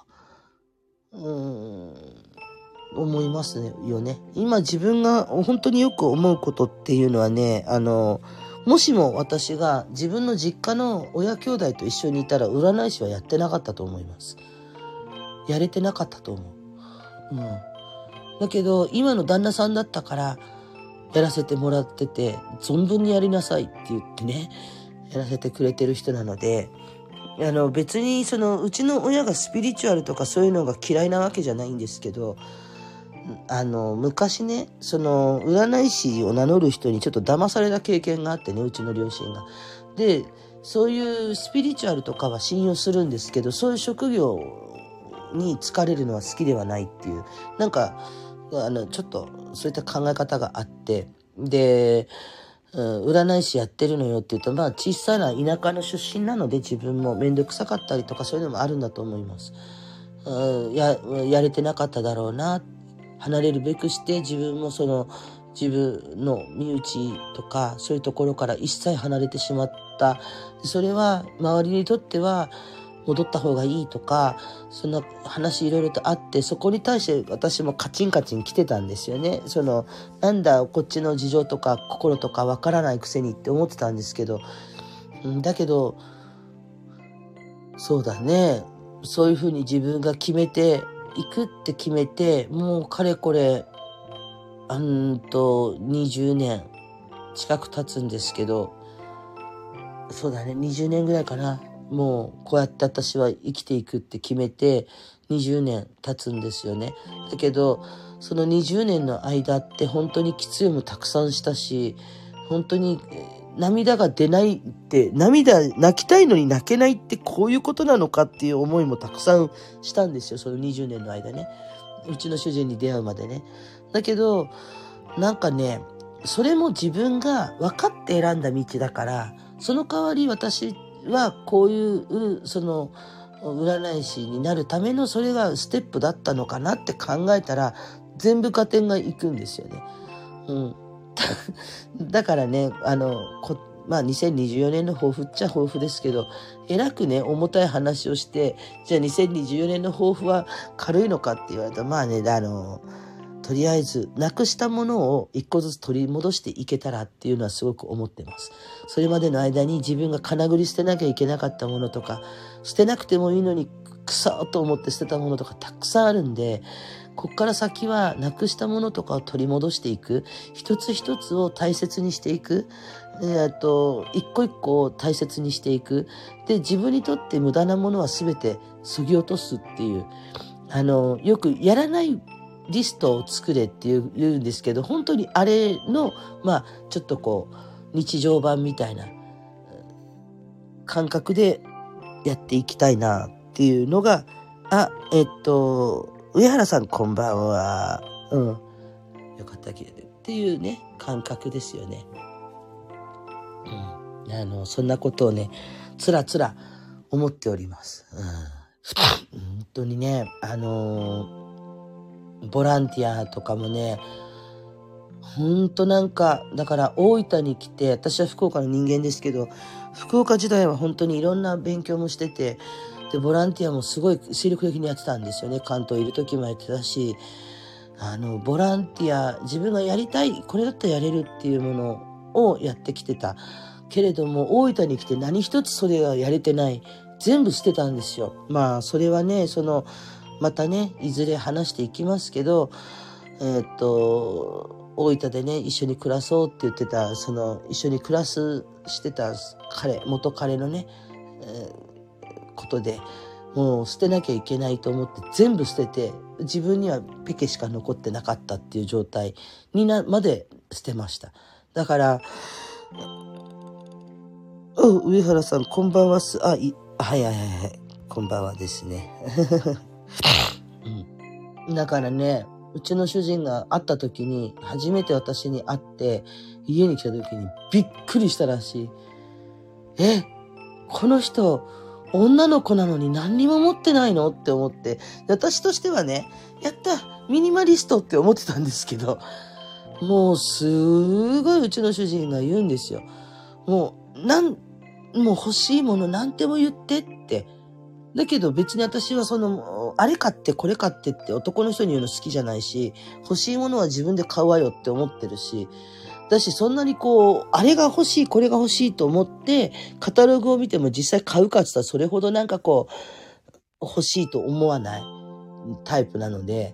思いますよね。今自分が本当によく思うことっていうのはね、もしも私が自分の実家の親兄弟と一緒にいたら占い師はやってなかったと思います。やれてなかったと思う。だけど今の旦那さんだったからやらせてもらってて、存分にやりなさいって言ってね、やらせてくれてる人なので、別にうちの親がスピリチュアルとかそういうのが嫌いなわけじゃないんですけど、昔ね、占い師を名乗る人にちょっと騙された経験があってね、うちの両親が。で、そういうスピリチュアルとかは信用するんですけど、そういう職業に疲れるのは好きではないっていう、なんか、ちょっとそういった考え方があって、で、占い師やってるのよって言うと、小さな田舎の出身なので自分もめんどくさかったりとかそういうのもあるんだと思います。やれてなかっただろうな。離れるべくして自分も自分の身内とかそういうところから一切離れてしまった。それは周りにとっては戻った方がいいとか、そんな話いろいろとあって、そこに対して私もカチンカチン来てたんですよね。なんだこっちの事情とか心とかわからないくせにって思ってたんですけど、だけど、そうだね。そういうふうに自分が決めていくって決めて、もうかれこれ、20年近く経つんですけど、そうだね、20年ぐらいかな。もうこうやって私は生きていくって決めて20年経つんですよね。だけどその20年の間って本当に喫煙もたくさんしたし、本当に涙が出ないって、泣きたいのに泣けないってこういうことなのかっていう思いもたくさんしたんですよ、その20年の間ね。うちの主人に出会うまでね。だけどなんかね、それも自分が分かって選んだ道だから、その代わり私はこういう占い師になるためのそれがステップだったのかなって考えたら全部加点がいくんですよね。だからね、2024年の抱負っちゃ抱負ですけど、えらくね重たい話をして、じゃあ2024年の抱負は軽いのかって言われたら、とりあえずなくしたものを一個ずつ取り戻していけたらっていうのはすごく思ってます。それまでの間に自分が金繰り捨てなきゃいけなかったものとか、捨てなくてもいいのにくそーと思って捨てたものとかたくさんあるんで、こっから先はなくしたものとかを取り戻していく、一つ一つを大切にしていく、 一個一個を大切にしていく。で、自分にとって無駄なものは全て削ぎ落とすっていう。よくやらないリストを作れって言うんですけど、本当にあれの、ちょっとこう、日常版みたいな感覚でやっていきたいなっていうのが、上原さんこんばんは。よかったけど。っていうね、感覚ですよね。そんなことをね、つらつら思っております。本当にね、ボランティアとかもね、本当だから大分に来て、私は福岡の人間ですけど、福岡時代は本当にいろんな勉強もしてて、で、ボランティアもすごい精力的にやってたんですよね。関東いる時もやってたし、ボランティア、自分がやりたい、これだったらやれるっていうものをやってきてた。けれども、大分に来て何一つそれがやれてない。全部捨てたんですよ。それはね、またね、いずれ話していきますけど、大分でね、一緒に暮らそうって言ってた、一緒に暮らしてた元彼のね、ことで、もう捨てなきゃいけないと思って全部捨てて、自分にはペケしか残ってなかったっていう状態まで捨てました。だから、上原さん、こんばんははいはいはい、こんばんはですね。だからね、うちの主人が会った時に、初めて私に会って、家に来た時にびっくりしたらしい。この人、女の子なのに何にも持ってないのって思って、私としてはね、やったミニマリストって思ってたんですけど、もうすごいうちの主人が言うんですよ。もう欲しいもの何でも言ってって。だけど別に私はあれ買ってこれ買ってって男の人に言うの好きじゃないし、欲しいものは自分で買うわよって思ってるし、だしそんなにあれが欲しい、これが欲しいと思って、カタログを見ても実際買うかって言ったらそれほど欲しいと思わないタイプなので、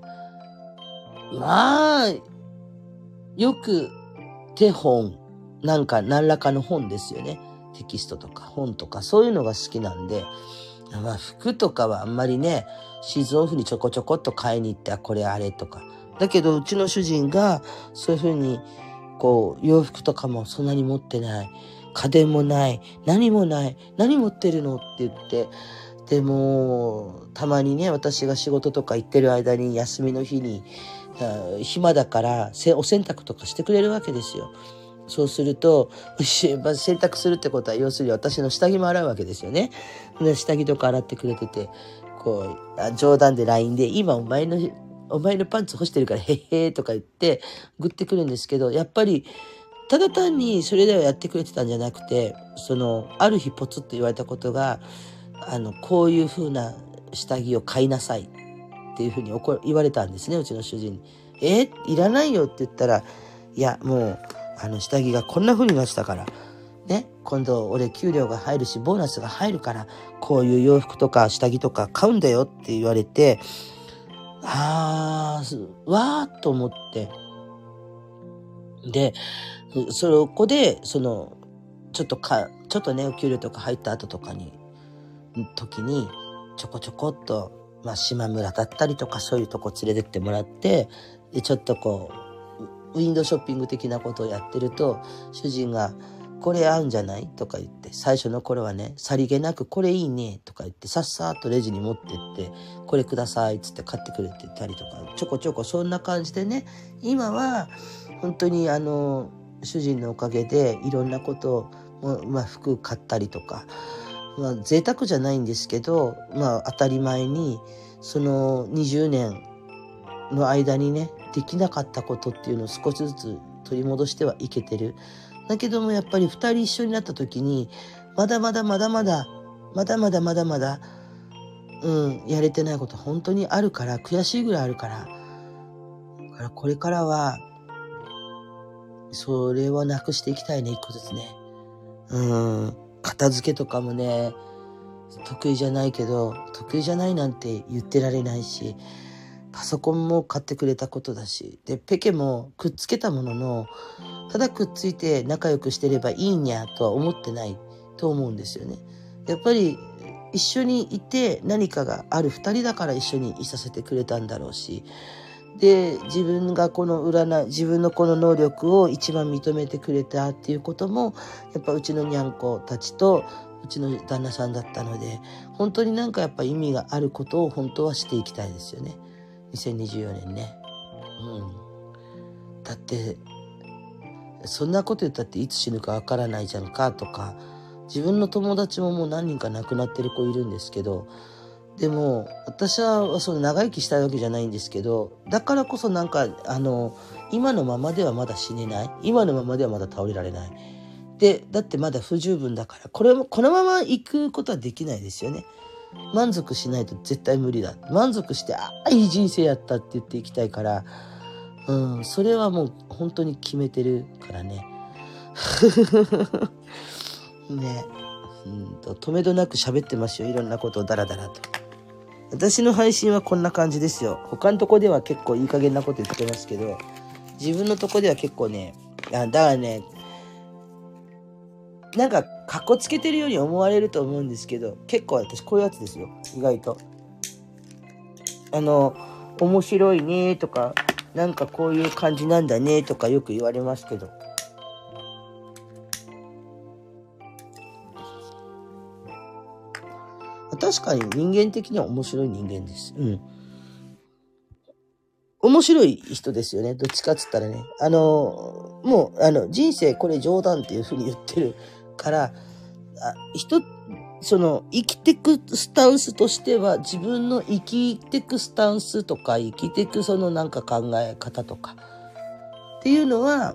よく手本、何らかの本ですよね。テキストとか本とかそういうのが好きなんで、服とかはあんまりね、シーズンオフにちょこちょこっと買いに行って、これあれとか。だけどうちの主人がそういうふうに洋服とかもそんなに持ってない。家電もない。何もない。何持ってるのって言って。でも、たまにね、私が仕事とか行ってる間に休みの日に、暇だからお洗濯とかしてくれるわけですよ。そうすると、洗濯するってことは要するに私の下着も洗うわけですよね。で下着とか洗ってくれてて、冗談で LINE で、今お前のパンツ干してるからへっへーとか言って送ってくるんですけど、やっぱりただ単にそれではやってくれてたんじゃなくて、ある日ポツッと言われたことが、こういう風な下着を買いなさいっていう風に言われたんですね、うちの主人に。いらないよって言ったら、いや、もう、下着がこんな風になってたから、ね、今度俺給料が入るし、ボーナスが入るから、こういう洋服とか下着とか買うんだよって言われて、わーっと思って。で、そこで、ちょっとね、お給料とか入った後とか時に、ちょこちょこっと、島村だったりとかそういうとこ連れてってもらって、で、ちょっとウィンドウショッピング的なことをやってると、主人が、これ合うんじゃないとか言って、最初の頃はね、さりげなくこれいいねとか言って、さっさーっとレジに持ってって、これくださいっつって買ってくれてたりとか、ちょこちょこそんな感じでね、今は本当に主人のおかげでいろんなことを、服買ったりとか、贅沢じゃないんですけど、当たり前に、20年の間にね、できなかったことっていうのを少しずつ取り戻してはいけてる。だけどもやっぱり2人一緒になった時に、まだまだ、やれてないこと本当にあるから、悔しいぐらいあるから、だからこれからは、それをなくしていきたいね、一個ずつね。片付けとかもね、得意じゃないけど、得意じゃないなんて言ってられないし、 パソコンも買ってくれたことだし、で、ペケもくっつけたものの、ただくっついて仲良くしてればいいんやとは思ってないと思うんですよね。やっぱり一緒にいて何かがある二人だから一緒にいさせてくれたんだろうし、で、自分が自分のこの能力を一番認めてくれたっていうことも、やっぱうちのにゃんこたちとうちの旦那さんだったので、本当になんかやっぱ意味があることを本当はしていきたいですよね。2024年ね。だって、そんなこと言ったっていつ死ぬかわからないじゃんかとか、自分の友達ももう何人か亡くなってる子いるんですけど、でも私はその長生きしたいわけじゃないんですけど、だからこそなんか今のままではまだ死ねない、今のままではまだ倒れられないで、だってまだ不十分だから、このまま行くことはできないですよね。満足しないと絶対無理だ。満足していい人生やったって言っていきたいから、それはもう本当に決めてるからね。ね、止めどなく喋ってますよ、いろんなことをダラダラと。私の配信はこんな感じですよ。他のとこでは結構いい加減なこと言ってますけど、自分のとこでは結構ね、だからね、なんかカッコつけてるように思われると思うんですけど、結構私こういうやつですよ、意外と。面白いねとか、なんかこういう感じなんだねとかよく言われますけど、確かに人間的には面白い人間です。面白い人ですよね。どっちかっつったらね。もう、人生これ冗談っていうふうに言ってるから、生きてくスタンスとしては、自分の生きてくスタンスとか、生きてくなんか考え方とか、っていうのは、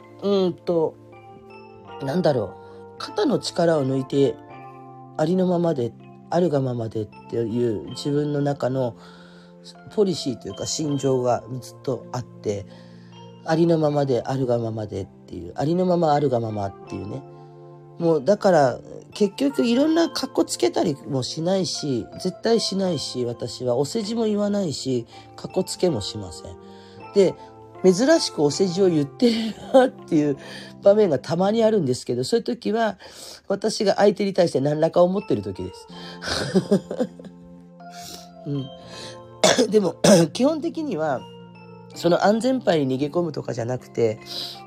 なんだろう。肩の力を抜いて、ありのままで、あるがままでっていう自分の中のポリシーというか心情がずっとあって、ありのままであるがままでっていう、ありのままあるがままっていうね。もうだから結局いろんなカッコつけたりもしないし、絶対しないし、私はお世辞も言わないし、カッコつけもしません。で、珍しくお世辞を言ってるなっていう場面がたまにあるんですけど、そういう時は私が相手に対して何らか思ってる時です。でも基本的にはその安全牌に逃げ込むとかじゃなくて、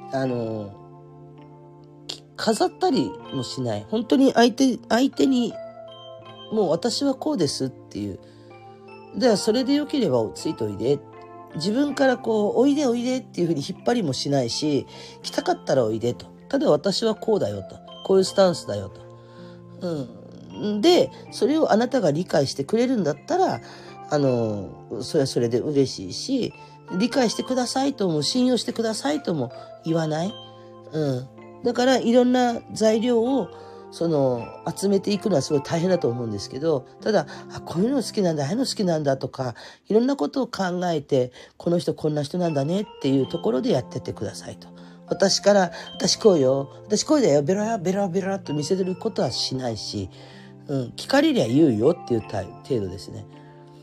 飾ったりもしない。本当に相手にもう私はこうですっていう。ではそれでよければついておいで。自分からおいでおいでっていうふうに引っ張りもしないし、来たかったらおいでと。ただ私はこうだよと。こういうスタンスだよと。で、それをあなたが理解してくれるんだったら、それはそれで嬉しいし、理解してくださいとも信用してくださいとも言わない。だからいろんな材料を集めていくのはすごい大変だと思うんですけど、ただ、こういうの好きなんだ、ああいうの好きなんだとか、いろんなことを考えて、この人こんな人なんだねっていうところでやってってくださいと。私こうよ、私こうだよ、ベラベラベラと見せてることはしないし、聞かれりゃ言うよっていう程度ですね。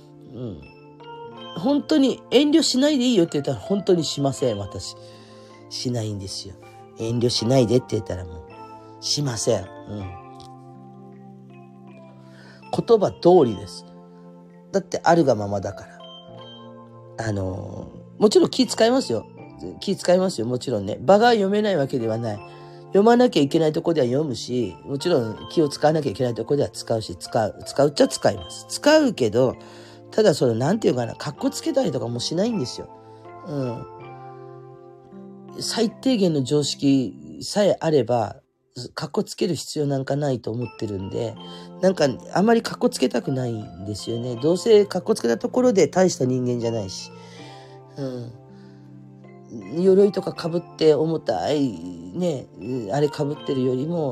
本当に遠慮しないでいいよって言ったら本当にしません、私。しないんですよ。遠慮しないでって言ったらもう、しません。言葉通りです。だってあるがままだから。もちろん気使いますよ。もちろんね。場が読めないわけではない。読まなきゃいけないとこでは読むし、もちろん気を使わなきゃいけないとこでは使うし、使うっちゃ使います。使うけど、ただなんていうかな、カッコつけたりとかもしないんですよ。最低限の常識さえあれば、カッコつける必要なんかないと思ってるんで、なんかあまりカッコつけたくないんですよね。どうせカッコつけたところで大した人間じゃないし。鎧とか被って重たいね、あれ被ってるよりも、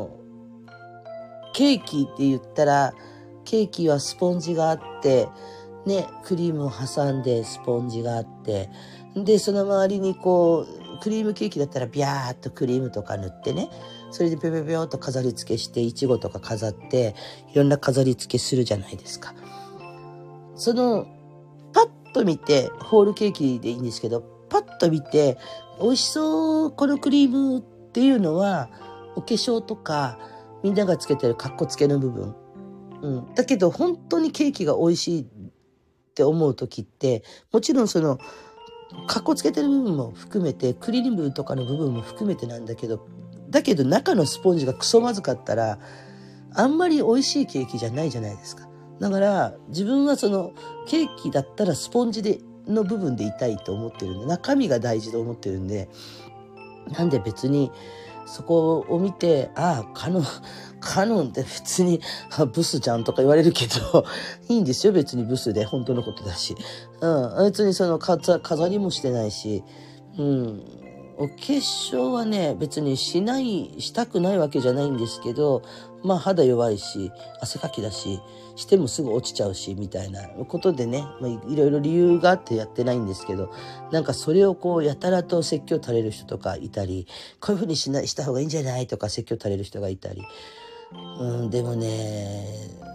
ケーキって言ったら、ケーキはスポンジがあって、ね、クリームを挟んでスポンジがあって、で、その周りにクリームケーキだったらビャーっとクリームとか塗ってね、それでぴょぴょぴょっと飾り付けして、いちごとか飾って、いろんな飾り付けするじゃないですか。パッと見て、ホールケーキでいいんですけど、パッと見て、美味しそう、このクリームっていうのは、お化粧とか、みんながつけてるカッコつけの部分。だけど、本当にケーキが美味しいって思う時って、もちろんその、カッコつけてる部分も含めて、クリームとかの部分も含めてなんだけど、中のスポンジがクソまずかったら、あんまり美味しいケーキじゃないじゃないですか。だから自分はそのケーキだったらスポンジの部分でいたいと思ってるんで、中身が大事と思ってるんで、なんで別にそこを見て、カノンって別にブスじゃんとか言われるけど、いいんですよ、別にブスで本当のことだし。別にその飾りもしてないし、お化粧はね、別にしたくないわけじゃないんですけど、肌弱いし、汗かきだし、してもすぐ落ちちゃうし、みたいなことでね、いろいろ理由があってやってないんですけど、なんかそれをこう、やたらと説教垂れる人とかいたり、こういう風にした方がいいんじゃないとか説教垂れる人がいたり。でもね、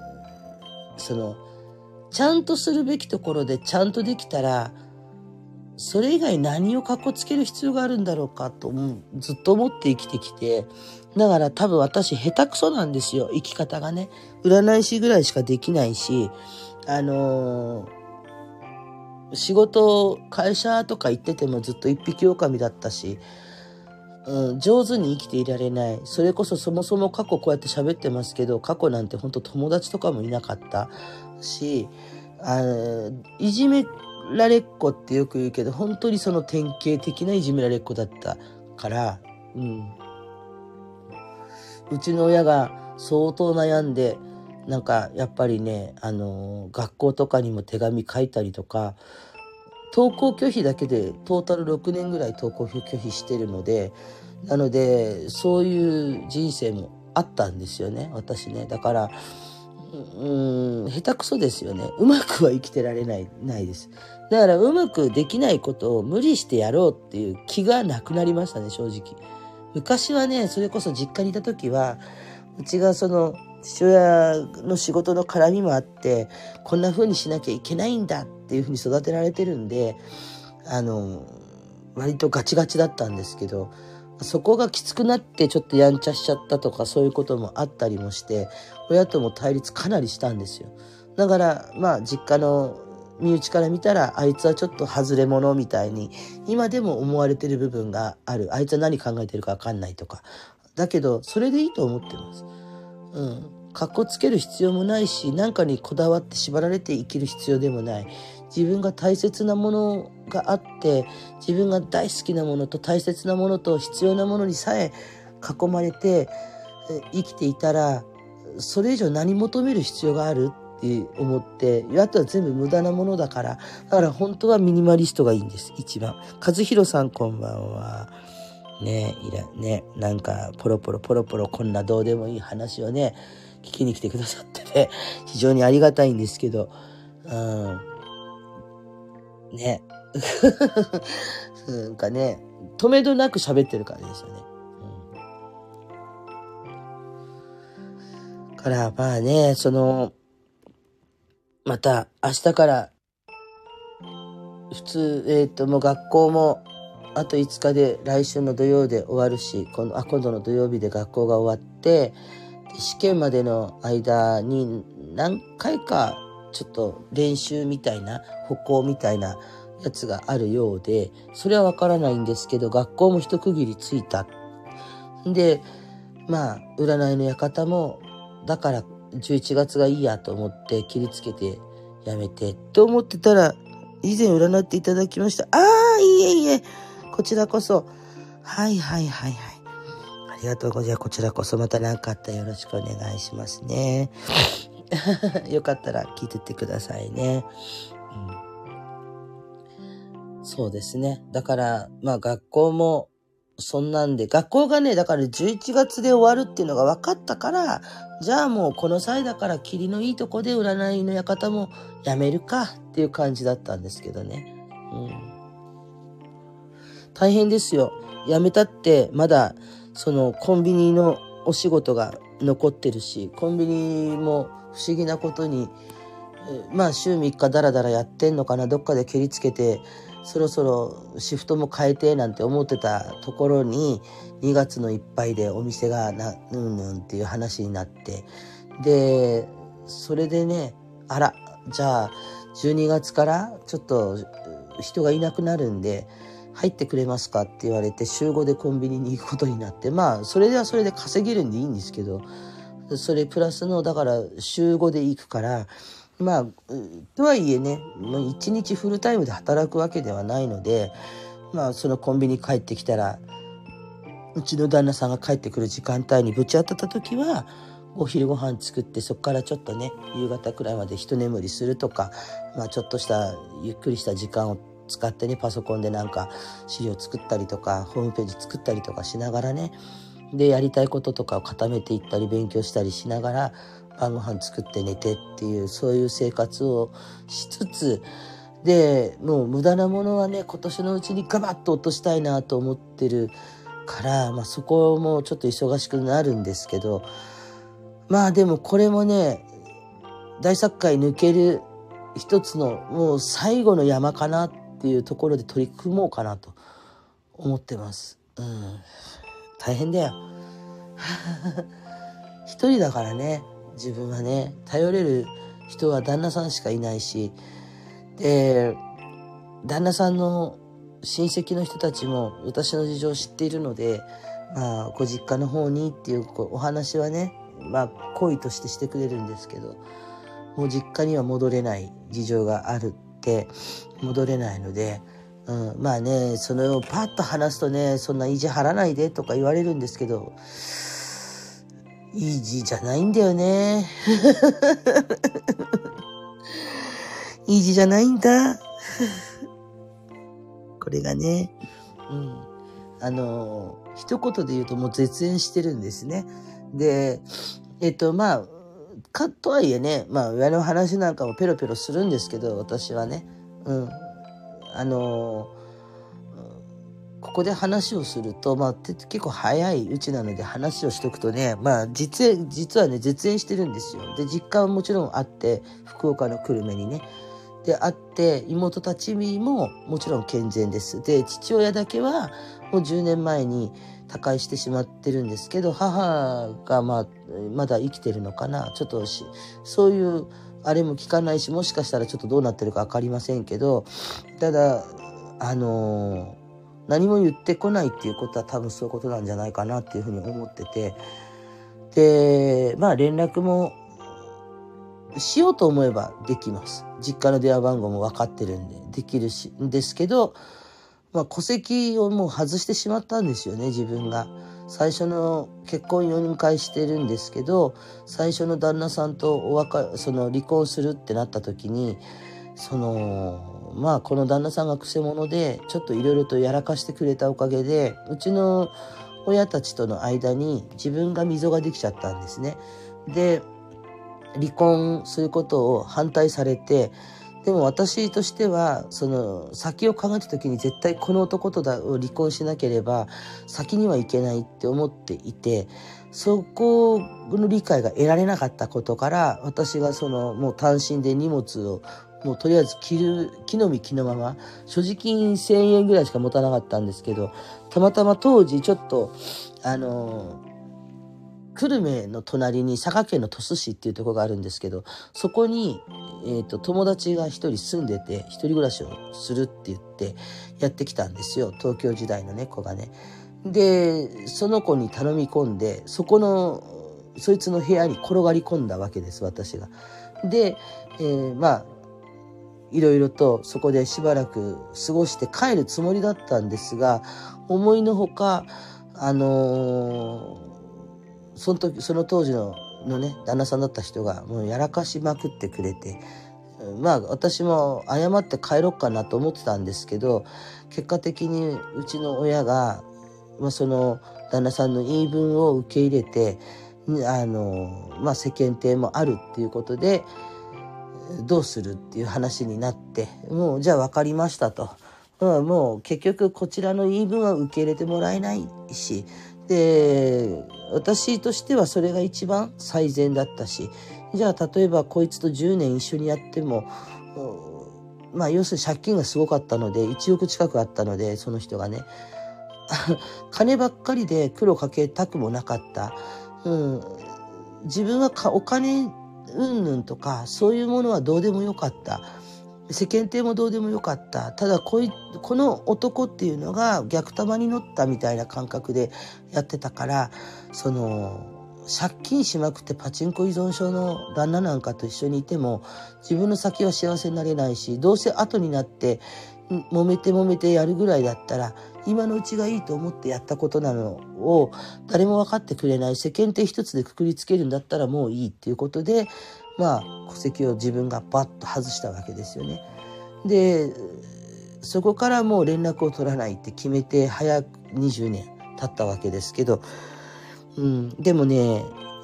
ちゃんとするべきところでちゃんとできたら、それ以外何をかっこつける必要があるんだろうかとずっと思って生きてきて、だから多分私下手くそなんですよ、生き方がね。占い師ぐらいしかできないし、仕事、会社とか行っててもずっと一匹狼だったし、上手に生きていられない。それこそそもそも過去こうやって喋ってますけど、過去なんて本当友達とかもいなかったし、いじめられっ子ってよく言うけど、本当にその典型的ないじめられっ子だったから、うちの親が相当悩んで、なんかやっぱりね、学校とかにも手紙書いたりとか、登校拒否だけでトータル6年ぐらい登校拒否してるので、なのでそういう人生もあったんですよね、私ね。だから下手くそですよね。うまくは生きてられないです。だからうまくできないことを無理してやろうっていう気がなくなりましたね、正直。昔はね、それこそ実家にいた時は、うちがその父親の仕事の絡みもあって、こんな風にしなきゃいけないんだっていう風に育てられてるんで、割とガチガチだったんですけど、そこがきつくなってちょっとやんちゃしちゃったとかそういうこともあったりもして、親とも対立かなりしたんですよ。だから実家の身内から見たら、あいつはちょっと外れ者みたいに今でも思われてる部分がある。あいつは何考えてるか分かんないとか。だけどそれでいいと思ってます。かっこつける必要もないし、何かにこだわって縛られて生きる必要でもない。自分が大切なものがあって、自分が大好きなものと大切なものと必要なものにさえ囲まれて生きていたら、それ以上何求める必要があるって思って、あとは全部無駄なものだから、だから本当はミニマリストがいいんです、一番。和弘さんこんばんは。なんかポロポロこんなどうでもいい話をね、聞きに来てくださってね、非常にありがたいんですけど、なんかね、止めどなく喋ってるからですよね。からまた明日から普通、もう学校もあと5日で来週の土曜で終わるし、今度の土曜日で学校が終わって、試験までの間に何回かちょっと練習みたいな、歩行みたいなやつがあるようで、それはわからないんですけど、学校も一区切りついた。で、占いの館も、だから11月がいいやと思って切りつけてやめてと思ってたら、以前占っていただきました。いえ、こちらこそ。はい。ありがとうございます。こちらこそまた何かあったらよろしくお願いしますね。よかったら聞いてってくださいね。そうですね。だから、学校もそんなんで、学校がね、だから11月で終わるっていうのが分かったから、じゃあもうこの際だから霧のいいとこで占いの館もやめるかっていう感じだったんですけどね。大変ですよ。辞めたってまだそのコンビニのお仕事が残ってるし、コンビニも不思議なことにまあ週3日だらだらやってんのかな、どっかで蹴りつけてそろそろシフトも変えてなんて思ってたところに、2月のいっぱいでお店がっていう話になって、でそれでね、あらじゃあ12月からちょっと人がいなくなるんで入ってくれますかって言われて、週5でコンビニに行くことになって、まあそれではそれで稼げるんでいいんですけど、それプラスのだから週5で行くから、まあとはいえね、1日フルタイムで働くわけではないので、まあそのコンビニ帰ってきたら、うちの旦那さんが帰ってくる時間帯にぶち当たった時はお昼ご飯作って、そこからちょっとね夕方くらいまで一眠りするとか、まあちょっとしたゆっくりした時間を使ってね、パソコンでなんか資料作ったりとかホームページ作ったりとかしながらね、でやりたいこととかを固めていったり勉強したりしながら晩ご飯作って寝てっていう、そういう生活をしつつ、でもう無駄なものはね今年のうちにガバッと落としたいなと思ってるから、まあそこもちょっと忙しくなるんですけど、まあでもこれもね、大作会抜ける一つのもう最後の山かなっていうところで取り組もうかなと思ってます。大変だよ。一人だからね、自分はね、頼れる人は旦那さんしかいないし、で旦那さんの親戚の人たちも私の事情を知っているので、まあご実家の方にっていうお話はね、まあ恋としてしてくれるんですけど、もう実家には戻れない事情があるって戻れないので、まあね、それをパッと話すとね、そんな意地張らないでとか言われるんですけど、意地じゃないんだよね。意地じゃないんだ。これがね、一言で言うともう絶縁してるんですね。で、まあ、とはいえね、まあ、親の話なんかもペロペロするんですけど、私はね、ここで話をすると、まあ、結構早いうちなので話をしとくとね、まあ、実はね、絶縁してるんですよ。で、実家はもちろんあって、福岡の久留米にね。で、あって、妹たちももちろん健全です。で、父親だけはもう10年前に他界してしまってるんですけど、母がまだ生きてるのかな。ちょっとそういうあれも聞かないし、もしかしたらちょっとどうなってるか分かりませんけど、ただ、何も言ってこないっていうことは多分そういうことなんじゃないかなっていうふうに思ってて、で、まあ連絡もしようと思えばできます。実家の電話番号も分かってるんでできるしんですけど、まあ戸籍をもう外してしまったんですよね、自分が。最初の結婚4人会してるんですけど、最初の旦那さんと離婚するってなった時に、まあこの旦那さんがくせ者でちょっといろいろとやらかしてくれたおかげで、うちの親たちとの間に自分が溝ができちゃったんですね。で、離婚することを反対されて、でも私としては先を考えた時に絶対この男と離婚しなければ先にはいけないって思っていて、そこの理解が得られなかったことから、私がもう単身で荷物をもうとりあえず木の実木のまま、所持金1000円ぐらいしか持たなかったんですけど、たまたま当時ちょっと久留米の隣に佐賀県の鳥栖市っていうところがあるんですけど、そこに、友達が一人住んでて、一人暮らしをするって言ってやってきたんですよ。東京時代のね、子がね。で、その子に頼み込んで、そいつの部屋に転がり込んだわけです、私が。で、まあ、いろいろとそこでしばらく過ごして帰るつもりだったんですが、思いのほか、その当時のね、旦那さんだった人がもうやらかしまくってくれて、まあ私も謝って帰ろうかなと思ってたんですけど、結果的にうちの親が、その旦那さんの言い分を受け入れて、世間体もあるっていうことで、どうするっていう話になって、もうじゃあ分かりましたと。もう結局こちらの言い分は受け入れてもらえないし、で、私としてはそれが一番最善だったし、 じゃあ例えばこいつと10年一緒にやっても、まあ要するに借金がすごかったので、1億近くあったので、その人がね、金ばっかりで苦労かけたくもなかった。自分はお金云々とかそういうものはどうでもよかった。世間体もどうでもよかった。ただこの男っていうのが逆玉に乗ったみたいな感覚でやってたから、借金しまくってパチンコ依存症の旦那なんかと一緒にいても自分の先は幸せになれないし、どうせ後になって揉めてやるぐらいだったら今のうちがいいと思ってやったことなのを誰も分かってくれない、世間体一つでくくりつけるんだったらもういいっていうことで、まあ戸籍を自分がバッと外したわけですよね。でそこからもう連絡を取らないって決めて早く20年経ったわけですけど、でもね、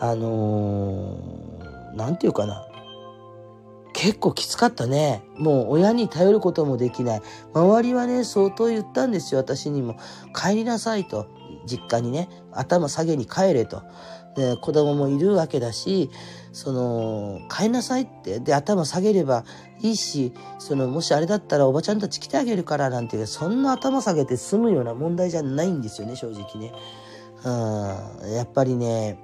なんていうかな、結構きつかったね。もう親に頼ることもできない。周りはね、相当言ったんですよ、私にも。帰りなさいと。実家にね、頭下げに帰れと。で、子供もいるわけだし、帰りなさいって。で、頭下げればいいし、もしあれだったらおばちゃんたち来てあげるからなんて、そんな頭下げて済むような問題じゃないんですよね、正直ね。やっぱりね、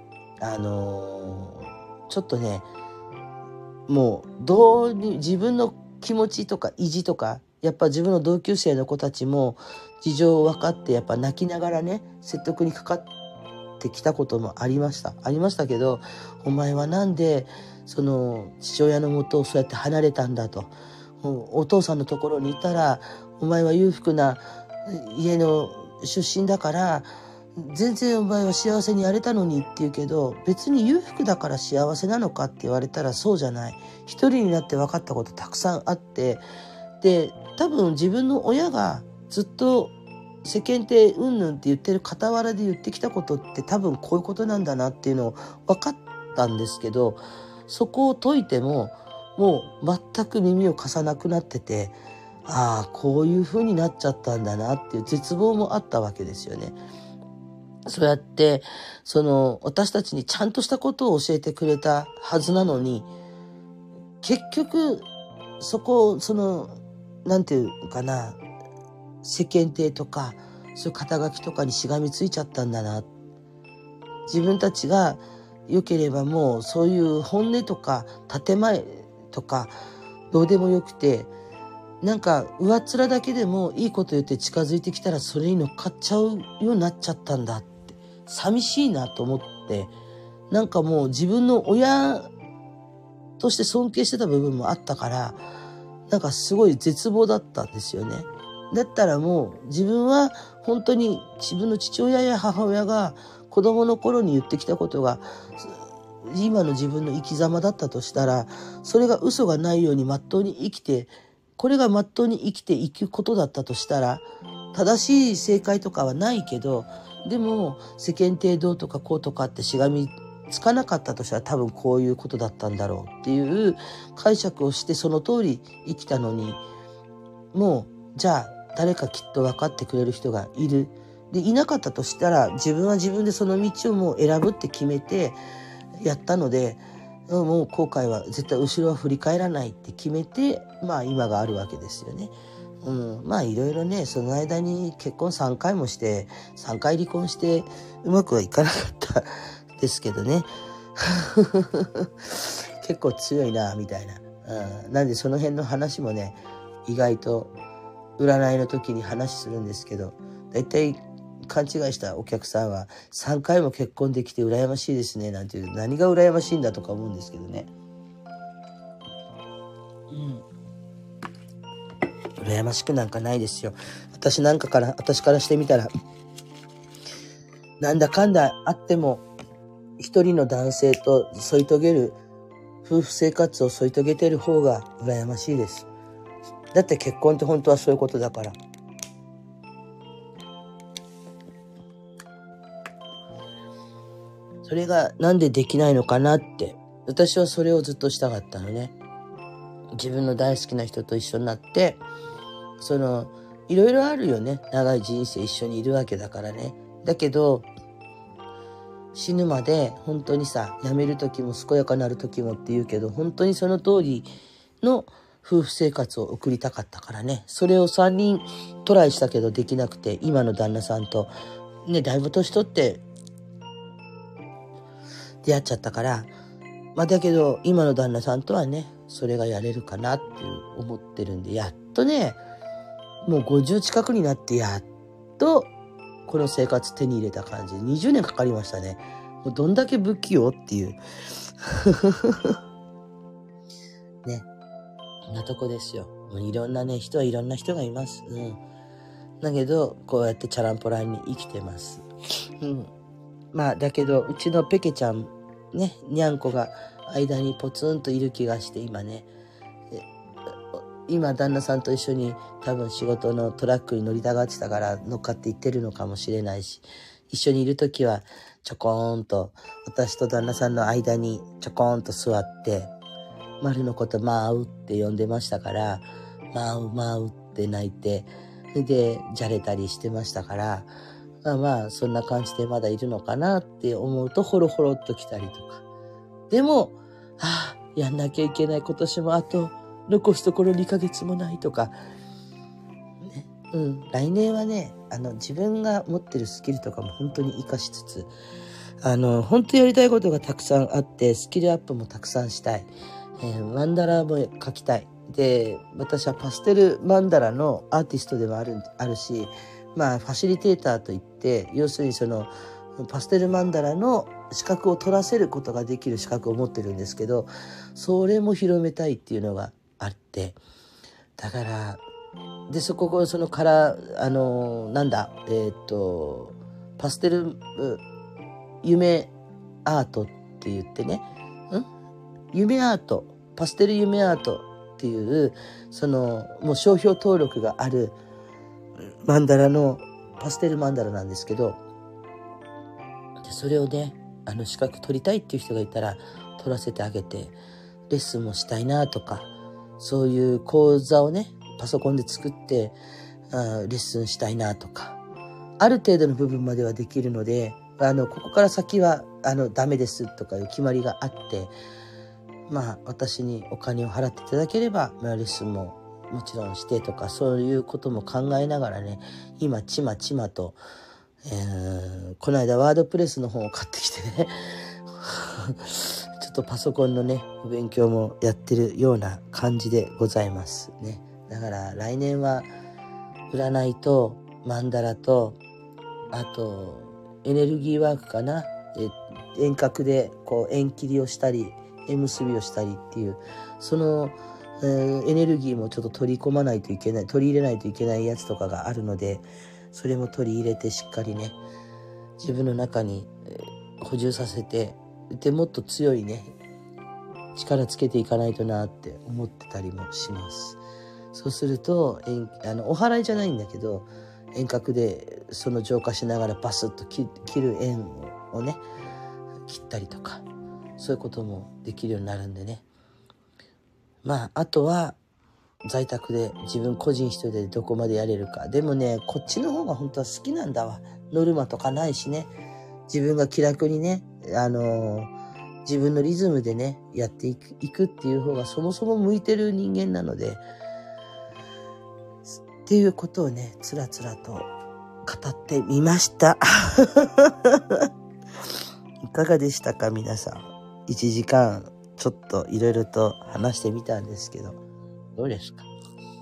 ちょっとね、もう自分の気持ちとか意地とか、やっぱ自分の同級生の子たちも事情を分かってやっぱ泣きながらね説得にかかってきたこともありましたけど、お前はなんで父親の元をそうやって離れたんだと、お父さんのところにいたらお前は裕福な家の出身だから全然お前は幸せにやれたのにって言うけど、別に裕福だから幸せなのかって言われたらそうじゃない。一人になって分かったことたくさんあって、で多分自分の親がずっと世間体うんぬんって言ってる傍らで言ってきたことって多分こういうことなんだなっていうのを分かったんですけど、そこを解いてももう全く耳を貸さなくなってて、ああこういう風になっちゃったんだなっていう絶望もあったわけですよね。そうやって私たちにちゃんとしたことを教えてくれたはずなのに、結局そこをなんていうかな、世間体とかそういう肩書きとかにしがみついちゃったんだな。自分たちが良ければもうそういう本音とか建前とかどうでもよくて、なんか上っ面だけでもいいこと言って近づいてきたらそれに乗っかっちゃうようになっちゃったんだって、寂しいなと思って、なんかもう自分の親として尊敬してた部分もあったから、なんかすごい絶望だったんですよね。だったらもう自分は本当に自分の父親や母親が子供の頃に言ってきたことが今の自分の生き様だったとしたら、それが嘘がないように真っ当に生きて、これが真っ当に生きていくことだったとしたら、正しい正解とかはないけど、でも世間体どうとかこうとかってしがみつかなかったとしたら多分こういうことだったんだろうっていう解釈をしてその通り生きたのに、もうじゃあ誰かきっと分かってくれる人がいる。でいなかったとしたら自分は自分でその道をもう選ぶって決めてやったので、もう後悔は絶対後ろは振り返らないって決めて、まあ今があるわけですよね。まあいろいろね、その間に結婚3回もして3回離婚してうまくはいかなかったですけどね結構強いなみたいな、なんでその辺の話もね意外と占いの時に話するんですけど、だいたい勘違いしたお客さんは3回も結婚できて羨ましいですねなんていう、何が羨ましいんだとか思うんですけどね。羨ましくなんかないですよ。私からしてみたら、なんだかんだあっても一人の男性と添い遂げる夫婦生活を添い遂げてる方が羨ましいです。だって結婚って本当はそういうことだから。それがなんでできないのかなって、私はそれをずっとしたかったのね。自分の大好きな人と一緒になって、いろいろあるよね。長い人生一緒にいるわけだからね。だけど死ぬまで本当にさ、辞める時も健やかなる時もって言うけど、本当にその通りの夫婦生活を送りたかったからね。それを3人トライしたけどできなくて、今の旦那さんとね、だいぶ年取って出会っちゃったから、だけど今の旦那さんとはね、それがやれるかなっていう思ってるんで、やっとね、もう50近くになってやっとこの生活手に入れた感じで、20年かかりましたね。もうどんだけ不器用っていうね、こんなとこですよ。もういろんなね、人はいろんな人がいます。だけどこうやってチャランポランに生きてます。だけどうちのペケちゃんね、にゃんこが間にポツンといる気がして、今旦那さんと一緒に多分仕事のトラックに乗りたがってたから乗っかって行ってるのかもしれないし、一緒にいるときはちょこーんと私と旦那さんの間にちょこーんと座って丸のことマウって呼んでましたから、マウマウって泣いて、でじゃれたりしてましたから、そんな感じでまだいるのかなって思うとホロホロっと来たりとか。でもやんなきゃいけない、今年もあと残すところ2ヶ月もないとか、ね、来年はね、自分が持ってるスキルとかも本当に活かしつつ、本当やりたいことがたくさんあって、スキルアップもたくさんしたい。マンダラも描きたい。で、私はパステルマンダラのアーティストでもあるし、ファシリテーターといって、要するにそのパステルマンダラの資格を取らせることができる資格を持ってるんですけど、それも広めたいっていうのがあって、だからでそこそのからパステル夢アートって言ってね、夢アート、パステル夢アートっていうそのもう商標登録があるマンダラのパステルマンダラなんですけど、でそれをね、資格取りたいっていう人がいたら取らせてあげて、レッスンもしたいなとか、そういう講座をねパソコンで作ってレッスンしたいなとか、ある程度の部分まではできるので、ここから先はダメですとかいう決まりがあって、私にお金を払っていただければ、レッスンももちろんしてとか、そういうことも考えながらね、今ちまちまと、この間ワードプレスの本を買ってきてねちょっとパソコンのね勉強もやってるような感じでございますね。だから来年は占いとマンダラと、あとエネルギーワークかな、遠隔でこう縁切りをしたり縁結びをしたりっていう、そのエネルギーもちょっと取り入れないといけないやつとかがあるので、それも取り入れてしっかりね、自分の中に補充させて、でもっと強いね力つけていかないとなって思ってたりもします。そうするとお祓いじゃないんだけど、遠隔でその浄化しながらバスッと切る縁をね切ったりとか、そういうこともできるようになるんでね。あとは在宅で自分個人一人でどこまでやれるか。でもね、こっちの方が本当は好きなんだわ。ノルマとかないしね、自分が気楽にね、自分のリズムでねやっていくっていう方がそもそも向いてる人間なので、っていうことをねつらつらと語ってみましたいかがでしたか皆さん。1時間ちょっといろいろと話してみたんですけど、どうですか？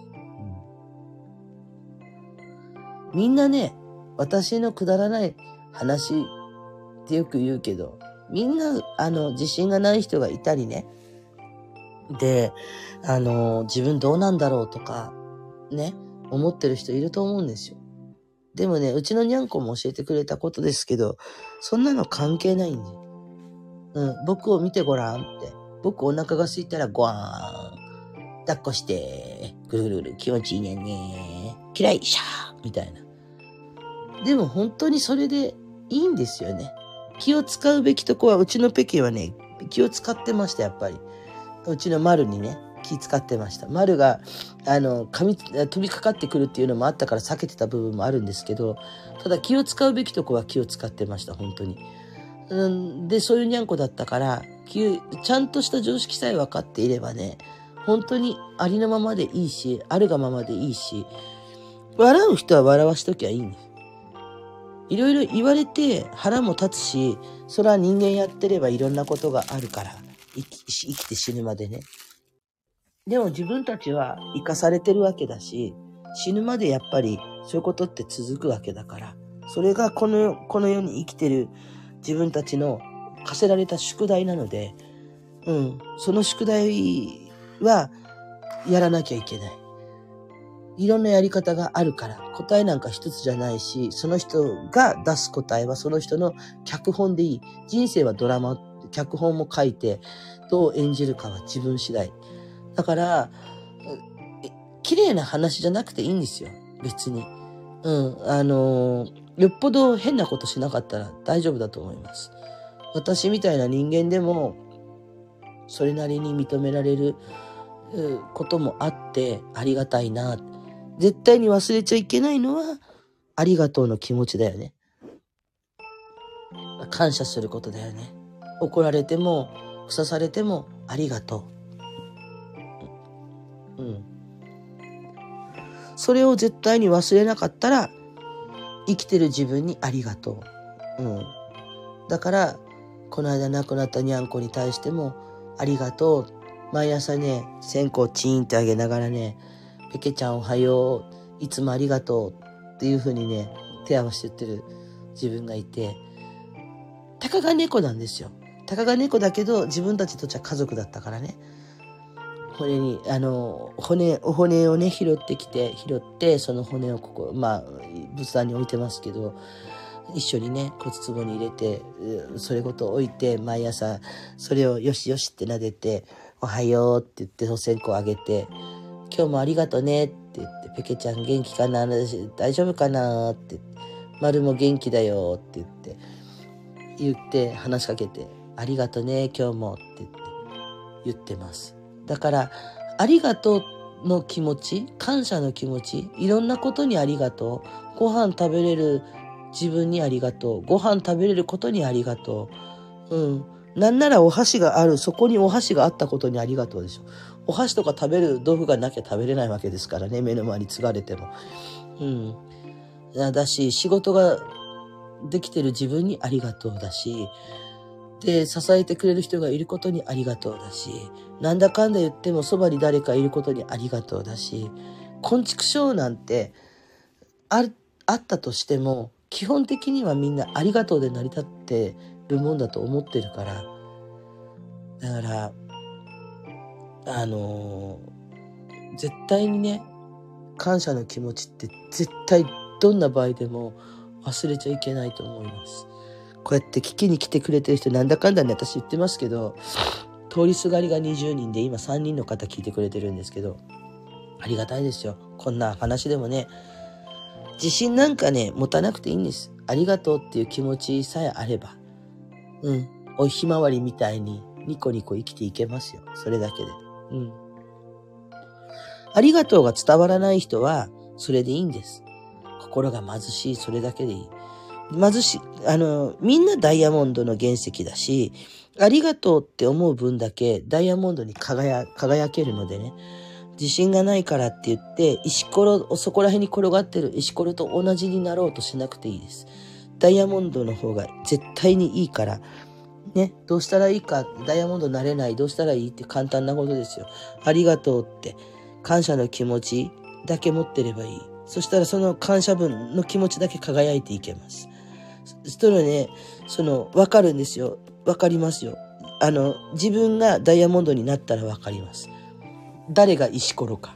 みんなね、私のくだらない話ってよく言うけど、みんな自信がない人がいたりね、で自分どうなんだろうとかね思ってる人いると思うんですよ。でもね、うちのにゃんこも教えてくれたことですけど、そんなの関係ないんで、僕を見てごらんって。僕お腹が空いたらごわーん、抱っこしてぐるぐるぐる、気持ちいいねんね、嫌いシャーみたいな。でも本当にそれでいいんですよね。気を使うべきとこは、うちのペケはね気を使ってました。やっぱりうちの丸にね気使ってました。丸が飛びかかってくるっていうのもあったから避けてた部分もあるんですけど、ただ気を使うべきとこは気を使ってました。本当にで、そういうにゃんこだったから、ちゃんとした常識さえ分かっていればね、本当にありのままでいいし、あるがままでいいし、笑う人は笑わしときゃいいんです。いろいろ言われて腹も立つし、それは人間やってればいろんなことがあるから、生きて死ぬまでね。でも自分たちは生かされてるわけだし、死ぬまでやっぱりそういうことって続くわけだから、それがこの世に生きてる自分たちの課せられた宿題なので、その宿題はやらなきゃいけない。いろんなやり方があるから、答えなんか一つじゃないし、その人が出す答えはその人の脚本でいい。人生はドラマ、脚本も書いて、どう演じるかは自分次第。だから、綺麗な話じゃなくていいんですよ。別に。よっぽど変なことしなかったら大丈夫だと思います。私みたいな人間でも、それなりに認められることもあってありがたいな。絶対に忘れちゃいけないのは、ありがとうの気持ちだよね。感謝することだよね。怒られても、腐されても、ありがとう。それを絶対に忘れなかったら、生きてる自分にありがとう。だから、この間亡くなったにゃんこに対しても、ありがとう。毎朝ね、線香チーンってあげながらね、ペケちゃんおはよう。いつもありがとう。っていう風にね、手合わせて言ってる自分がいて、たかが猫なんですよ。たかが猫だけど、自分たちとっちゃ家族だったからね。お骨をね、拾って、その骨を仏壇に置いてますけど、一緒にね、骨壺に入れて、それごと置いて、毎朝、それをよしよしって撫でて、おはようって言って、お線香あげて、今日もありがとねって言って、ペケちゃん元気かな、大丈夫かなって、丸も元気だよって言って話しかけて、ありがとね、今日もって言ってます。だから、ありがとうの気持ち、感謝の気持ち、いろんなことにありがとう。ご飯食べれる自分にありがとう。ご飯食べれることにありがとう。なんならお箸がある、そこにお箸があったことにありがとうでしょ。お箸とか食べる道具がなきゃ食べれないわけですからね、目の前に継がれても。だし、仕事ができてる自分にありがとうだし、で、支えてくれる人がいることにありがとうだし、なんだかんだ言ってもそばに誰かいることにありがとうだし、昆虫症なんてあったとしても、基本的にはみんなありがとうで成り立ってるもんだと思ってるから、だから、絶対にね、感謝の気持ちって絶対どんな場合でも忘れちゃいけないと思います。こうやって聞きに来てくれてる人なんだかんだね、私言ってますけど、通りすがりが20人で今3人の方聞いてくれてるんですけど、ありがたいですよ。こんな話でもね、自信なんかね、持たなくていいんです。ありがとうっていう気持ちさえあれば、おひまわりみたいにニコニコ生きていけますよ。それだけで。ありがとうが伝わらない人は、それでいいんです。心が貧しい、それだけでいい。みんなダイヤモンドの原石だし、ありがとうって思う分だけダイヤモンドに輝けるのでね、自信がないからって言って、そこら辺に転がってる石ころと同じになろうとしなくていいです。ダイヤモンドの方が絶対にいいから、ね、どうしたらいいか、ダイヤモンドになれない、どうしたらいいって簡単なことですよ。ありがとうって、感謝の気持ちだけ持ってればいい。そしたらその感謝分の気持ちだけ輝いていけます。そしたらね、わかるんですよ。わかりますよ。自分がダイヤモンドになったらわかります。誰が石ころか。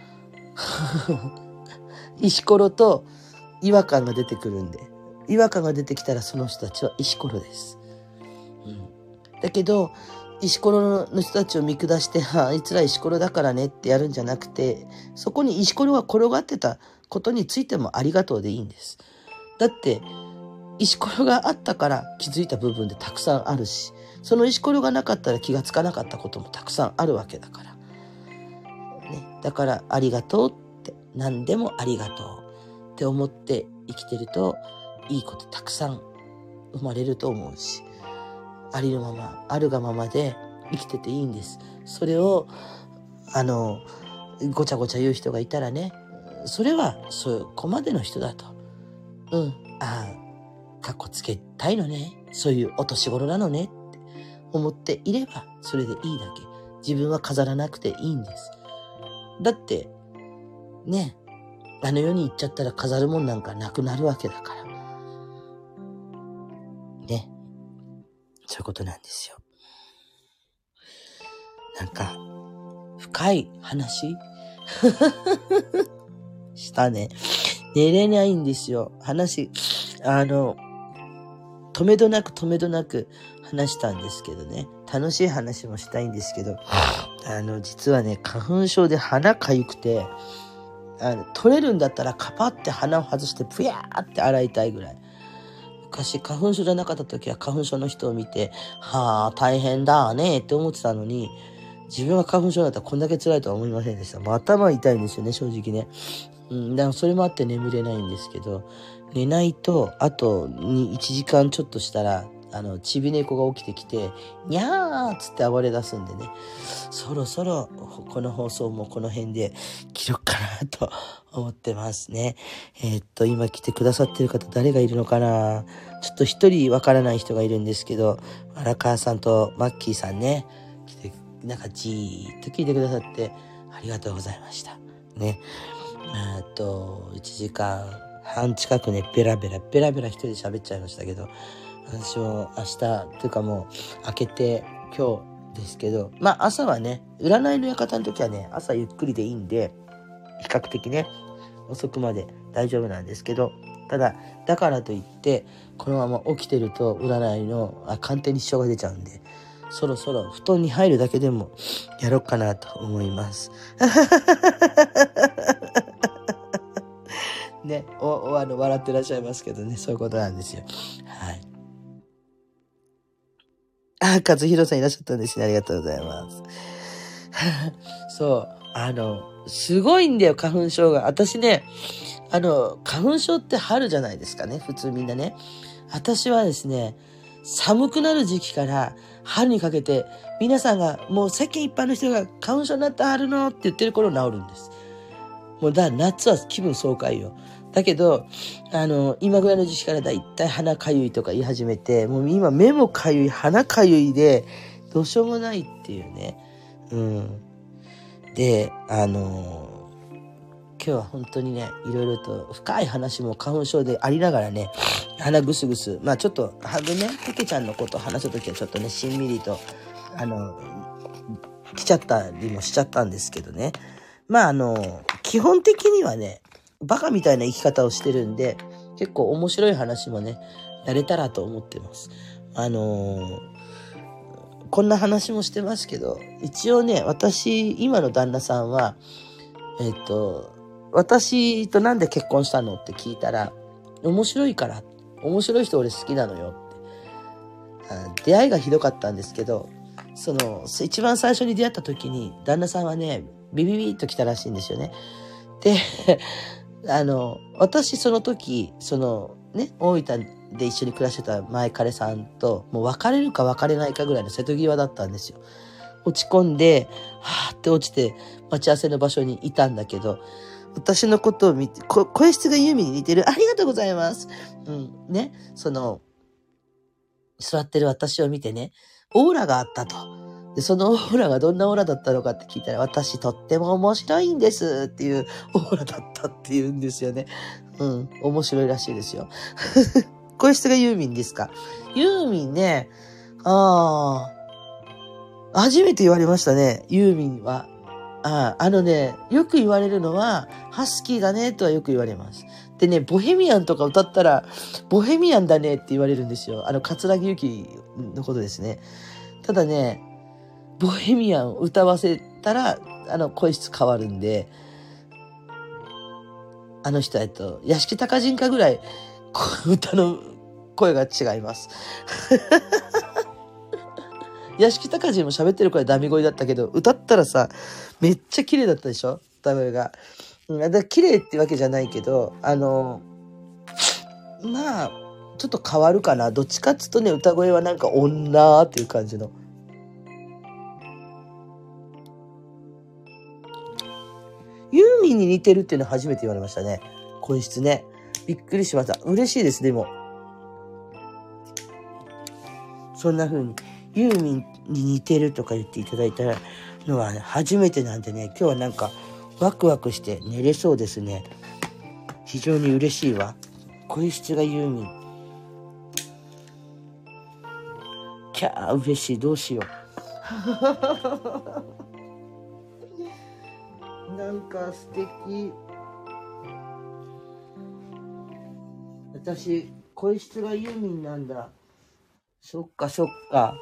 石ころと違和感が出てくるんで。違和感が出てきたらその人たちは石ころです。だけど、石ころの人たちを見下して、あいつら石ころだからねってやるんじゃなくて、そこに石ころが転がってたことについてもありがとうでいいんです。だって、石ころがあったから気づいた部分でたくさんあるし、その石ころがなかったら気がつかなかったこともたくさんあるわけだから。ね、だからありがとうって、何でもありがとうって思って生きてると、いいことたくさん生まれると思うし。 ありのまま、あるがままで生きてていいんです。それを、ごちゃごちゃ言う人がいたらね、それは、そこまでの人だと。かっこつけたいのね。そういうお年頃なのねって思っていれば、それでいいだけ。自分は飾らなくていいんです。だって、ね、あの世に行っちゃったら飾るもんなんかなくなるわけだから。ね。そういうことなんですよ。なんか、深い話したね。寝れないんですよ。止めどなく話したんですけどね。楽しい話もしたいんですけど、実はね、花粉症で鼻かゆくて、取れるんだったらカパって鼻を外してぷやーって洗いたいぐらい。昔花粉症じゃなかった時は花粉症の人を見て、はあ、大変だねって思ってたのに、自分が花粉症だったらこんだけ辛いとは思いませんでした。もう頭痛いんですよね、正直ね。だからそれもあって眠れないんですけど、寝ないと、あと1時間ちょっとしたら、ちび猫が起きてきて、にゃーっつって暴れ出すんでね、そろそろこの放送もこの辺で切ろうかなと思ってますね。今来てくださってる方誰がいるのかな？ちょっと一人わからない人がいるんですけど、荒川さんとマッキーさんね、来て、なんかじーっと聞いてくださってありがとうございました。ね。1時間半近くね、ベラベラ一人で喋っちゃいましたけど、私も明日、というかもう明けて今日ですけど、まあ朝はね、占いの館の時はね、朝ゆっくりでいいんで、比較的ね、遅くまで大丈夫なんですけど、ただ、だからといって、このまま起きてると占いの鑑定に支障が出ちゃうんで、そろそろ布団に入るだけでもやろうかなと思います。ね、笑ってらっしゃいますけどね、そういうことなんですよ。はい。和弘さんいらっしゃったんですね。ありがとうございます。そう、すごいんだよ、花粉症が。私ね、花粉症って春じゃないですかね、普通みんなね。私はですね、寒くなる時期から春にかけて、皆さんが、もう世間一般の人が花粉症になった春のって言ってる頃治るんです。もう夏は気分爽快よ。だけど、今ぐらいの時期からだいたい鼻かゆいとか言い始めて、もう今目もかゆい、鼻かゆいで、どうしようもないっていうね。で、今日は本当にね、いろいろと深い話も花粉症でありながらね、鼻ぐすぐす。まあちょっと、てけちゃんのことを話すときはちょっとね、しんみりと、来ちゃったりもしちゃったんですけどね。まあ基本的にはね、バカみたいな生き方をしてるんで、結構面白い話もね、やれたらと思ってます。こんな話もしてますけど、一応ね、今の旦那さんは、私となんで結婚したのって聞いたら、面白いから、面白い人俺好きなのよって。出会いがひどかったんですけど、一番最初に出会った時に、旦那さんはね、ビビビッと来たらしいんですよね。で、私その時、大分で一緒に暮らしてた前彼さんと、もう別れるか別れないかぐらいの瀬戸際だったんですよ。落ち込んで、はーって落ちて、待ち合わせの場所にいたんだけど、私のことを見て、声質がユーミンに似てる。ありがとうございます。ね、座ってる私を見てね、オーラがあったと。で、そのオーラがどんなオーラだったのかって聞いたら、私とっても面白いんですっていうオーラだったって言うんですよね。面白いらしいですよ。声質がユーミンですか？ユーミンね、初めて言われましたね、ユーミンは。よく言われるのは、ハスキーだねとはよく言われます。でね、ボヘミアンとか歌ったら、ボヘミアンだねって言われるんですよ。桂木由紀のことですね。ただね、ボヘミアンを歌わせたら、声質変わるんで、あの人屋敷隆人かぐらい、歌の声が違います。屋敷隆人も喋ってる声ダミ声だったけど、歌ったらさ、めっちゃ綺麗だったでしょ？歌声が。だから綺麗ってわけじゃないけど、まあ、 ちょっと変わるかな。どっちかっつうとね、歌声はなんか女っていう感じの。ユーミンに似てるっていうのは初めて言われましたね。声質ね。びっくりしました。嬉しいです、でも。そんな風に、ユーミンに似てるとか言っていただいたのは、ね、初めてなんでね、今日はなんかワクワクして寝れそうですね。非常に嬉しいわ。声質がユーミン。キャー、嬉しい。どうしよう。なんか素敵。私、声質がユーミンなんだ。そっかそっか。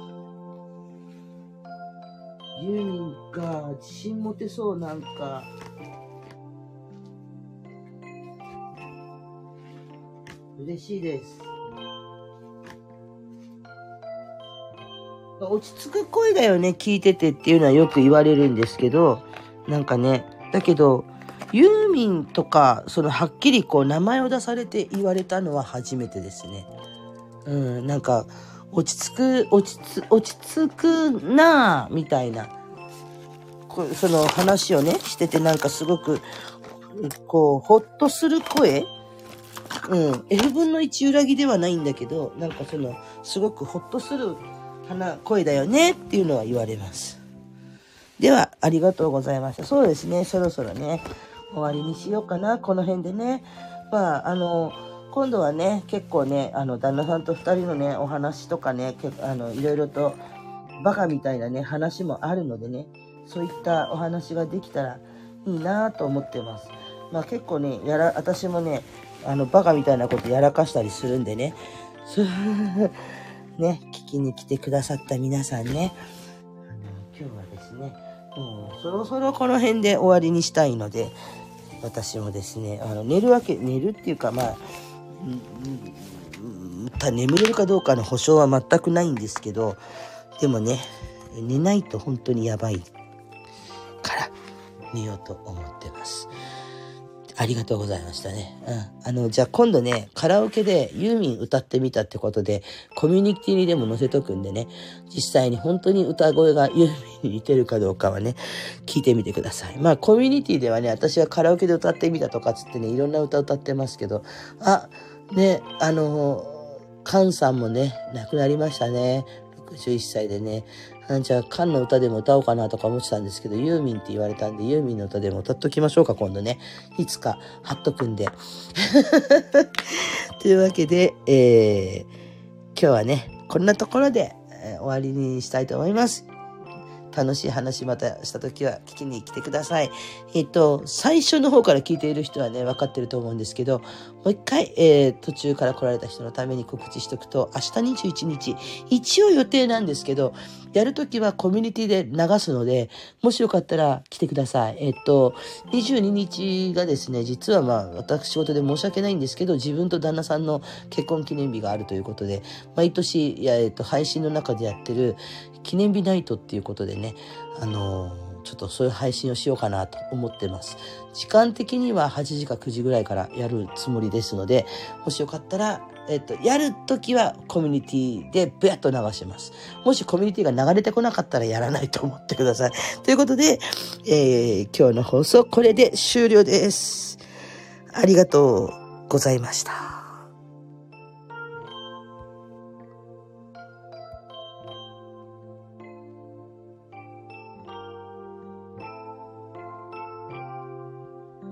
ユーミンか。自信持てそう、なんか。嬉しいです。落ち着く声だよね、聞いててっていうのはよく言われるんですけど、なんかね、だけど、ユーミンとか、はっきりこう名前を出されて言われたのは初めてですね。なんか、落ち着くなぁ、みたいな。その話をね、しててなんかすごく、こう、ほっとする声F 分の1裏切ではないんだけど、なんかすごくほっとする声だよねっていうのは言われます。では、ありがとうございました。そうですね、そろそろね、終わりにしようかな、この辺でね。まあ、今度はね、結構ね、旦那さんと2人のね、お話とかね、いろいろと、バカみたいなね、話もあるのでね、そういったお話ができたらいいなと思ってます。まあ結構ね、私もね、バカみたいなことやらかしたりするんでね、ね、聞きに来てくださった皆さんね、今日はですね、もうそろそろこの辺で終わりにしたいので、私もですね、寝るっていうか、まあ、眠れるかどうかの保証は全くないんですけど、でもね、寝ないと本当にやばいから寝ようと思ってます。ありがとうございましたね。じゃあ今度ね、カラオケでユーミン歌ってみたってことで、コミュニティにでも載せとくんでね、実際に本当に歌声がユーミンに似てるかどうかはね、聞いてみてください。まあコミュニティではね、私はカラオケで歌ってみたとかつってね、いろんな歌歌ってますけど、カンさんもね、亡くなりましたね。61歳でね。じゃあ、カンの歌でも歌おうかなとか思ってたんですけど、ユーミンって言われたんで、ユーミンの歌でも歌っときましょうか、今度ね。いつか貼っとくんで。というわけで、今日はね、こんなところで、終わりにしたいと思います。楽しい話またした時は聞きに来てください。最初の方から聞いている人はね、分かってると思うんですけど、もう一回、途中から来られた人のために告知しておくと、明日21日、一応予定なんですけど、やるときはコミュニティで流すので、もしよかったら来てください。22日がですね、実はまあ、私事で申し訳ないんですけど、自分と旦那さんの結婚記念日があるということで、毎年、配信の中でやってる記念日ナイトっていうことでね、ちょっとそういう配信をしようかなと思ってます。時間的には8時か9時ぐらいからやるつもりですので、もしよかったら、やるときはコミュニティでブヤッと流します。もしコミュニティが流れてこなかったらやらないと思ってください。ということで、今日の放送これで終了です。ありがとうございました。